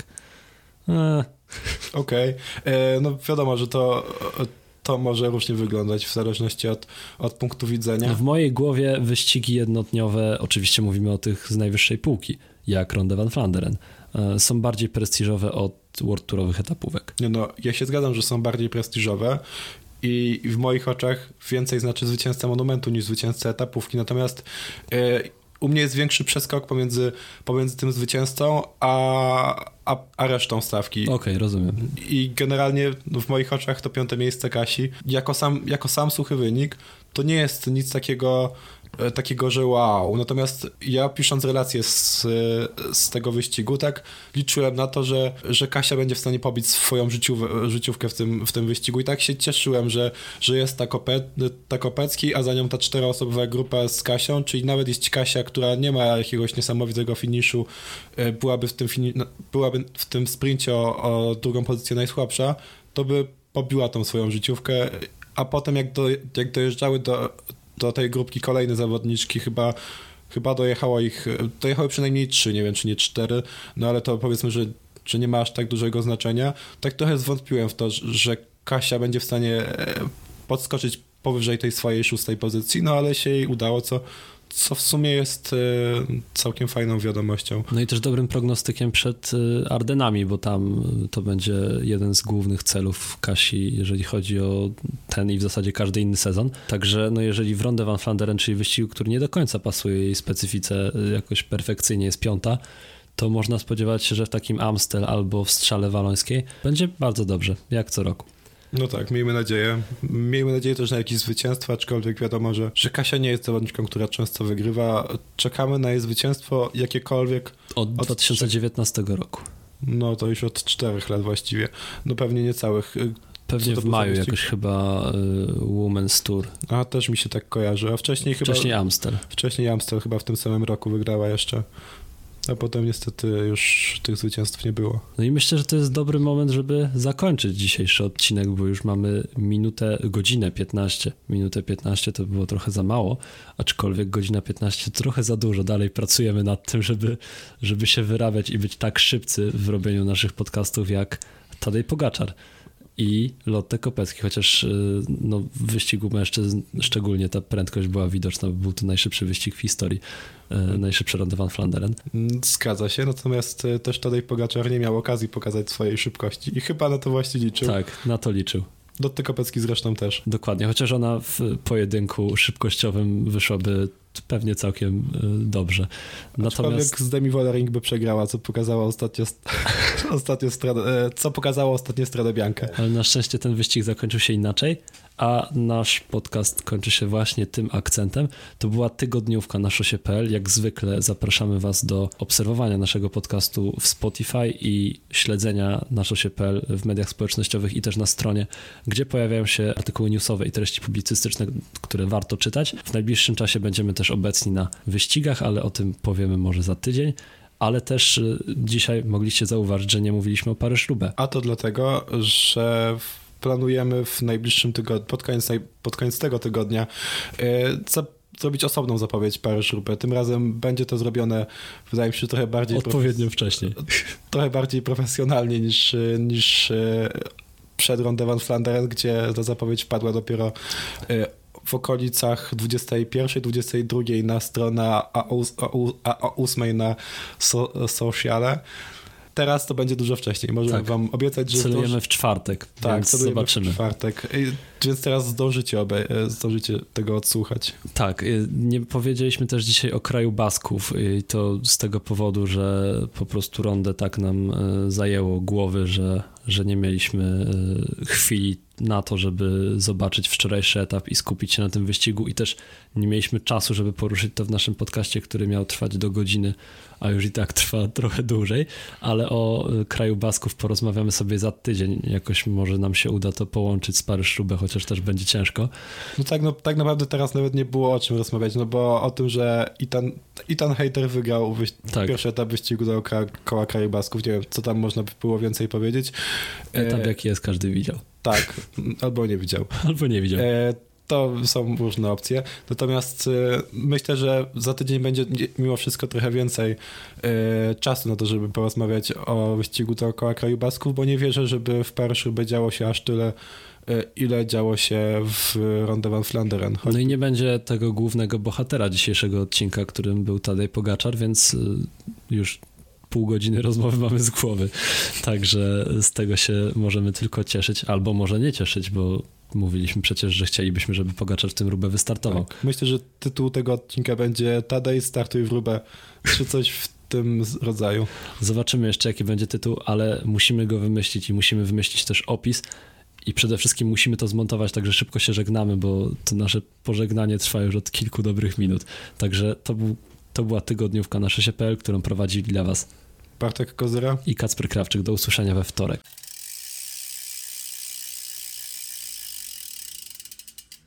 E. Okej. Okay. No wiadomo, że to... to może różnie wyglądać w zależności od, od punktu widzenia. No w mojej głowie wyścigi jednodniowe, oczywiście mówimy o tych z najwyższej półki, jak Ronde van Vlaanderen, są bardziej prestiżowe od World Tourowych etapówek. Nie no, ja się zgadzam, że są bardziej prestiżowe i w moich oczach więcej znaczy zwycięzca monumentu niż zwycięzca etapówki, natomiast e, u mnie jest większy przeskok pomiędzy, pomiędzy tym zwycięzcą a, a, a resztą stawki. Okej, okay, rozumiem. I generalnie w moich oczach to piąte miejsce Kasi. Jako sam, jako sam suchy wynik to nie jest nic takiego takiego, że wow. Natomiast ja pisząc relację z, z tego wyścigu, tak liczyłem na to, że, że Kasia będzie w stanie pobić swoją życiów, życiówkę w tym, w tym wyścigu i tak się cieszyłem, że, że jest ta, Kope, ta Kopecki, a za nią ta czteroosobowa grupa z Kasią, czyli nawet jeśli Kasia, która nie ma jakiegoś niesamowitego finiszu, byłaby w tym, fini, byłaby w tym sprincie o, o drugą pozycję najsłabsza, to by pobiła tą swoją życiówkę, a potem jak, do, jak dojeżdżały do do tej grupki kolejne zawodniczki, chyba, chyba dojechało ich, dojechały przynajmniej trzy, nie wiem czy nie cztery, no ale to powiedzmy, że, że nie ma aż tak dużego znaczenia. Tak trochę zwątpiłem w to, że Kasia będzie w stanie podskoczyć powyżej tej swojej szóstej pozycji, no ale się jej udało, co, co w sumie jest e, całkiem fajną wiadomością. No i też dobrym prognostykiem przed Ardenami, bo tam to będzie jeden z głównych celów Kasi, jeżeli chodzi o ten i w zasadzie każdy inny sezon. Także no jeżeli w Ronde van Vlaanderen, czyli wyścigu, który nie do końca pasuje jej specyfice, jakoś perfekcyjnie jest piąta, to można spodziewać się, że w takim Amstel albo w Strzale Walońskiej będzie bardzo dobrze, jak co roku. No tak, miejmy nadzieję. Miejmy nadzieję też na jakieś zwycięstwo, aczkolwiek wiadomo, że, że Kasia nie jest zawodniczką, która często wygrywa. Czekamy na jej zwycięstwo jakiekolwiek. Od, od dwa tysiące dziewiętnastego roku. No to już od czterech lat właściwie. No pewnie niecałych. Pewnie w maju jakoś chyba y, Women's Tour. A też mi się tak kojarzy. A wcześniej chyba... Wcześniej Amstel. Wcześniej Amstel chyba w tym samym roku wygrała jeszcze. A potem niestety już tych zwycięstw nie było. No i myślę, że to jest dobry moment, żeby zakończyć dzisiejszy odcinek, bo już mamy minutę, godzinę piętnaście. Minutę piętnaście to było trochę za mało, aczkolwiek godzina piętnaście to trochę za dużo. Dalej pracujemy nad tym, żeby, żeby się wyrabiać i być tak szybcy w robieniu naszych podcastów jak Tadej Pogaczar i Lotte Kopecky, chociaż no, w wyścigu mężczyzn szczególnie ta prędkość była widoczna, bo był to najszybszy wyścig w historii, e, najszybszy Ronde van Vlaanderen. Zgadza się, natomiast też Tadej Pogaczar nie miał okazji pokazać swojej szybkości i chyba na to właśnie liczył. Tak, na to liczył. Lotte Kopecky zresztą też. Dokładnie, chociaż ona w pojedynku szybkościowym wyszłaby pewnie całkiem dobrze. Natomiast z Demi Vollering by przegrała, co pokazała ostatnio, ostatnio Strade, co pokazało ostatnio Strade Bianche. Ale na szczęście ten wyścig zakończył się inaczej, a nasz podcast kończy się właśnie tym akcentem. To była tygodniówka na szosie kropka pe el. Jak zwykle zapraszamy was do obserwowania naszego podcastu w Spotify i śledzenia na szosie kropka pe el w mediach społecznościowych i też na stronie, gdzie pojawiają się artykuły newsowe i treści publicystyczne, które warto czytać. W najbliższym czasie będziemy też obecni na wyścigach, ale o tym powiemy może za tydzień. Ale też dzisiaj mogliście zauważyć, że nie mówiliśmy o Paryż-Roubaix. A to dlatego, że planujemy w najbliższym tygodniu, pod koniec, pod koniec tego tygodnia yy, za, zrobić osobną zapowiedź Paryż-Roubaix. Tym razem będzie to zrobione, wydaje mi się, trochę bardziej... Odpowiednio profes- wcześniej. Trochę bardziej profesjonalnie niż, niż yy, przed Ronde van Vlaanderen, gdzie ta zapowiedź wpadła dopiero yy, w okolicach dwudziestej pierwszej, dwudziestej drugiej na stronę, a o ósmej na so, sociale. teraz to będzie dużo wcześniej. Możemy tak. wam obiecać, że... Celujemy zdąży... w czwartek, tak, więc zobaczymy. w czwartek, więc teraz zdążycie, obie... zdążycie tego odsłuchać. Tak, nie powiedzieliśmy też dzisiaj o kraju Basków i to z tego powodu, że po prostu rondę tak nam zajęło głowy, że, że nie mieliśmy chwili na to, żeby zobaczyć wczorajszy etap i skupić się na tym wyścigu i też nie mieliśmy czasu, żeby poruszyć to w naszym podcaście, który miał trwać do godziny, a już i tak trwa trochę dłużej, ale o kraju Basków porozmawiamy sobie za tydzień. Jakoś może nam się uda to połączyć z Paryż-Roubaix, chociaż też będzie ciężko. No tak, no tak naprawdę teraz nawet nie było o czym rozmawiać, no bo o tym, że Ethan, Ethan Hayter wygrał wyś- tak. pierwszy etap wyścigu do koła kraju Basków. Nie wiem, co tam można by było więcej powiedzieć. Etap e... jaki jest, każdy widział. Tak, albo nie widział. Albo nie widział. E, to są różne opcje. Natomiast e, myślę, że za tydzień będzie mimo wszystko trochę więcej e, czasu na to, żeby porozmawiać o wyścigu dookoła kraju Basków, bo nie wierzę, żeby w Paryż-Roubaix działo się aż tyle, e, ile działo się w Ronde van Vlaanderen. Choćby... No i nie będzie tego głównego bohatera dzisiejszego odcinka, którym był Tadej Pogaczar, więc już pół godziny rozmowy mamy z głowy. Także z tego się możemy tylko cieszyć, albo może nie cieszyć, bo mówiliśmy przecież, że chcielibyśmy, żeby Pogaczar w tym Roubaix wystartował. Tak. Myślę, że tytuł tego odcinka będzie Tadej, startuj w Roubaix, czy coś w tym rodzaju. Zobaczymy jeszcze, jaki będzie tytuł, ale musimy go wymyślić i musimy wymyślić też opis i przede wszystkim musimy to zmontować, także szybko się żegnamy, bo to nasze pożegnanie trwa już od kilku dobrych minut. Także to był To była tygodniówka na szesie kropka pe el, którą prowadzili dla was Bartek Kozyra i Kacper Krawczyk. Do usłyszenia we wtorek.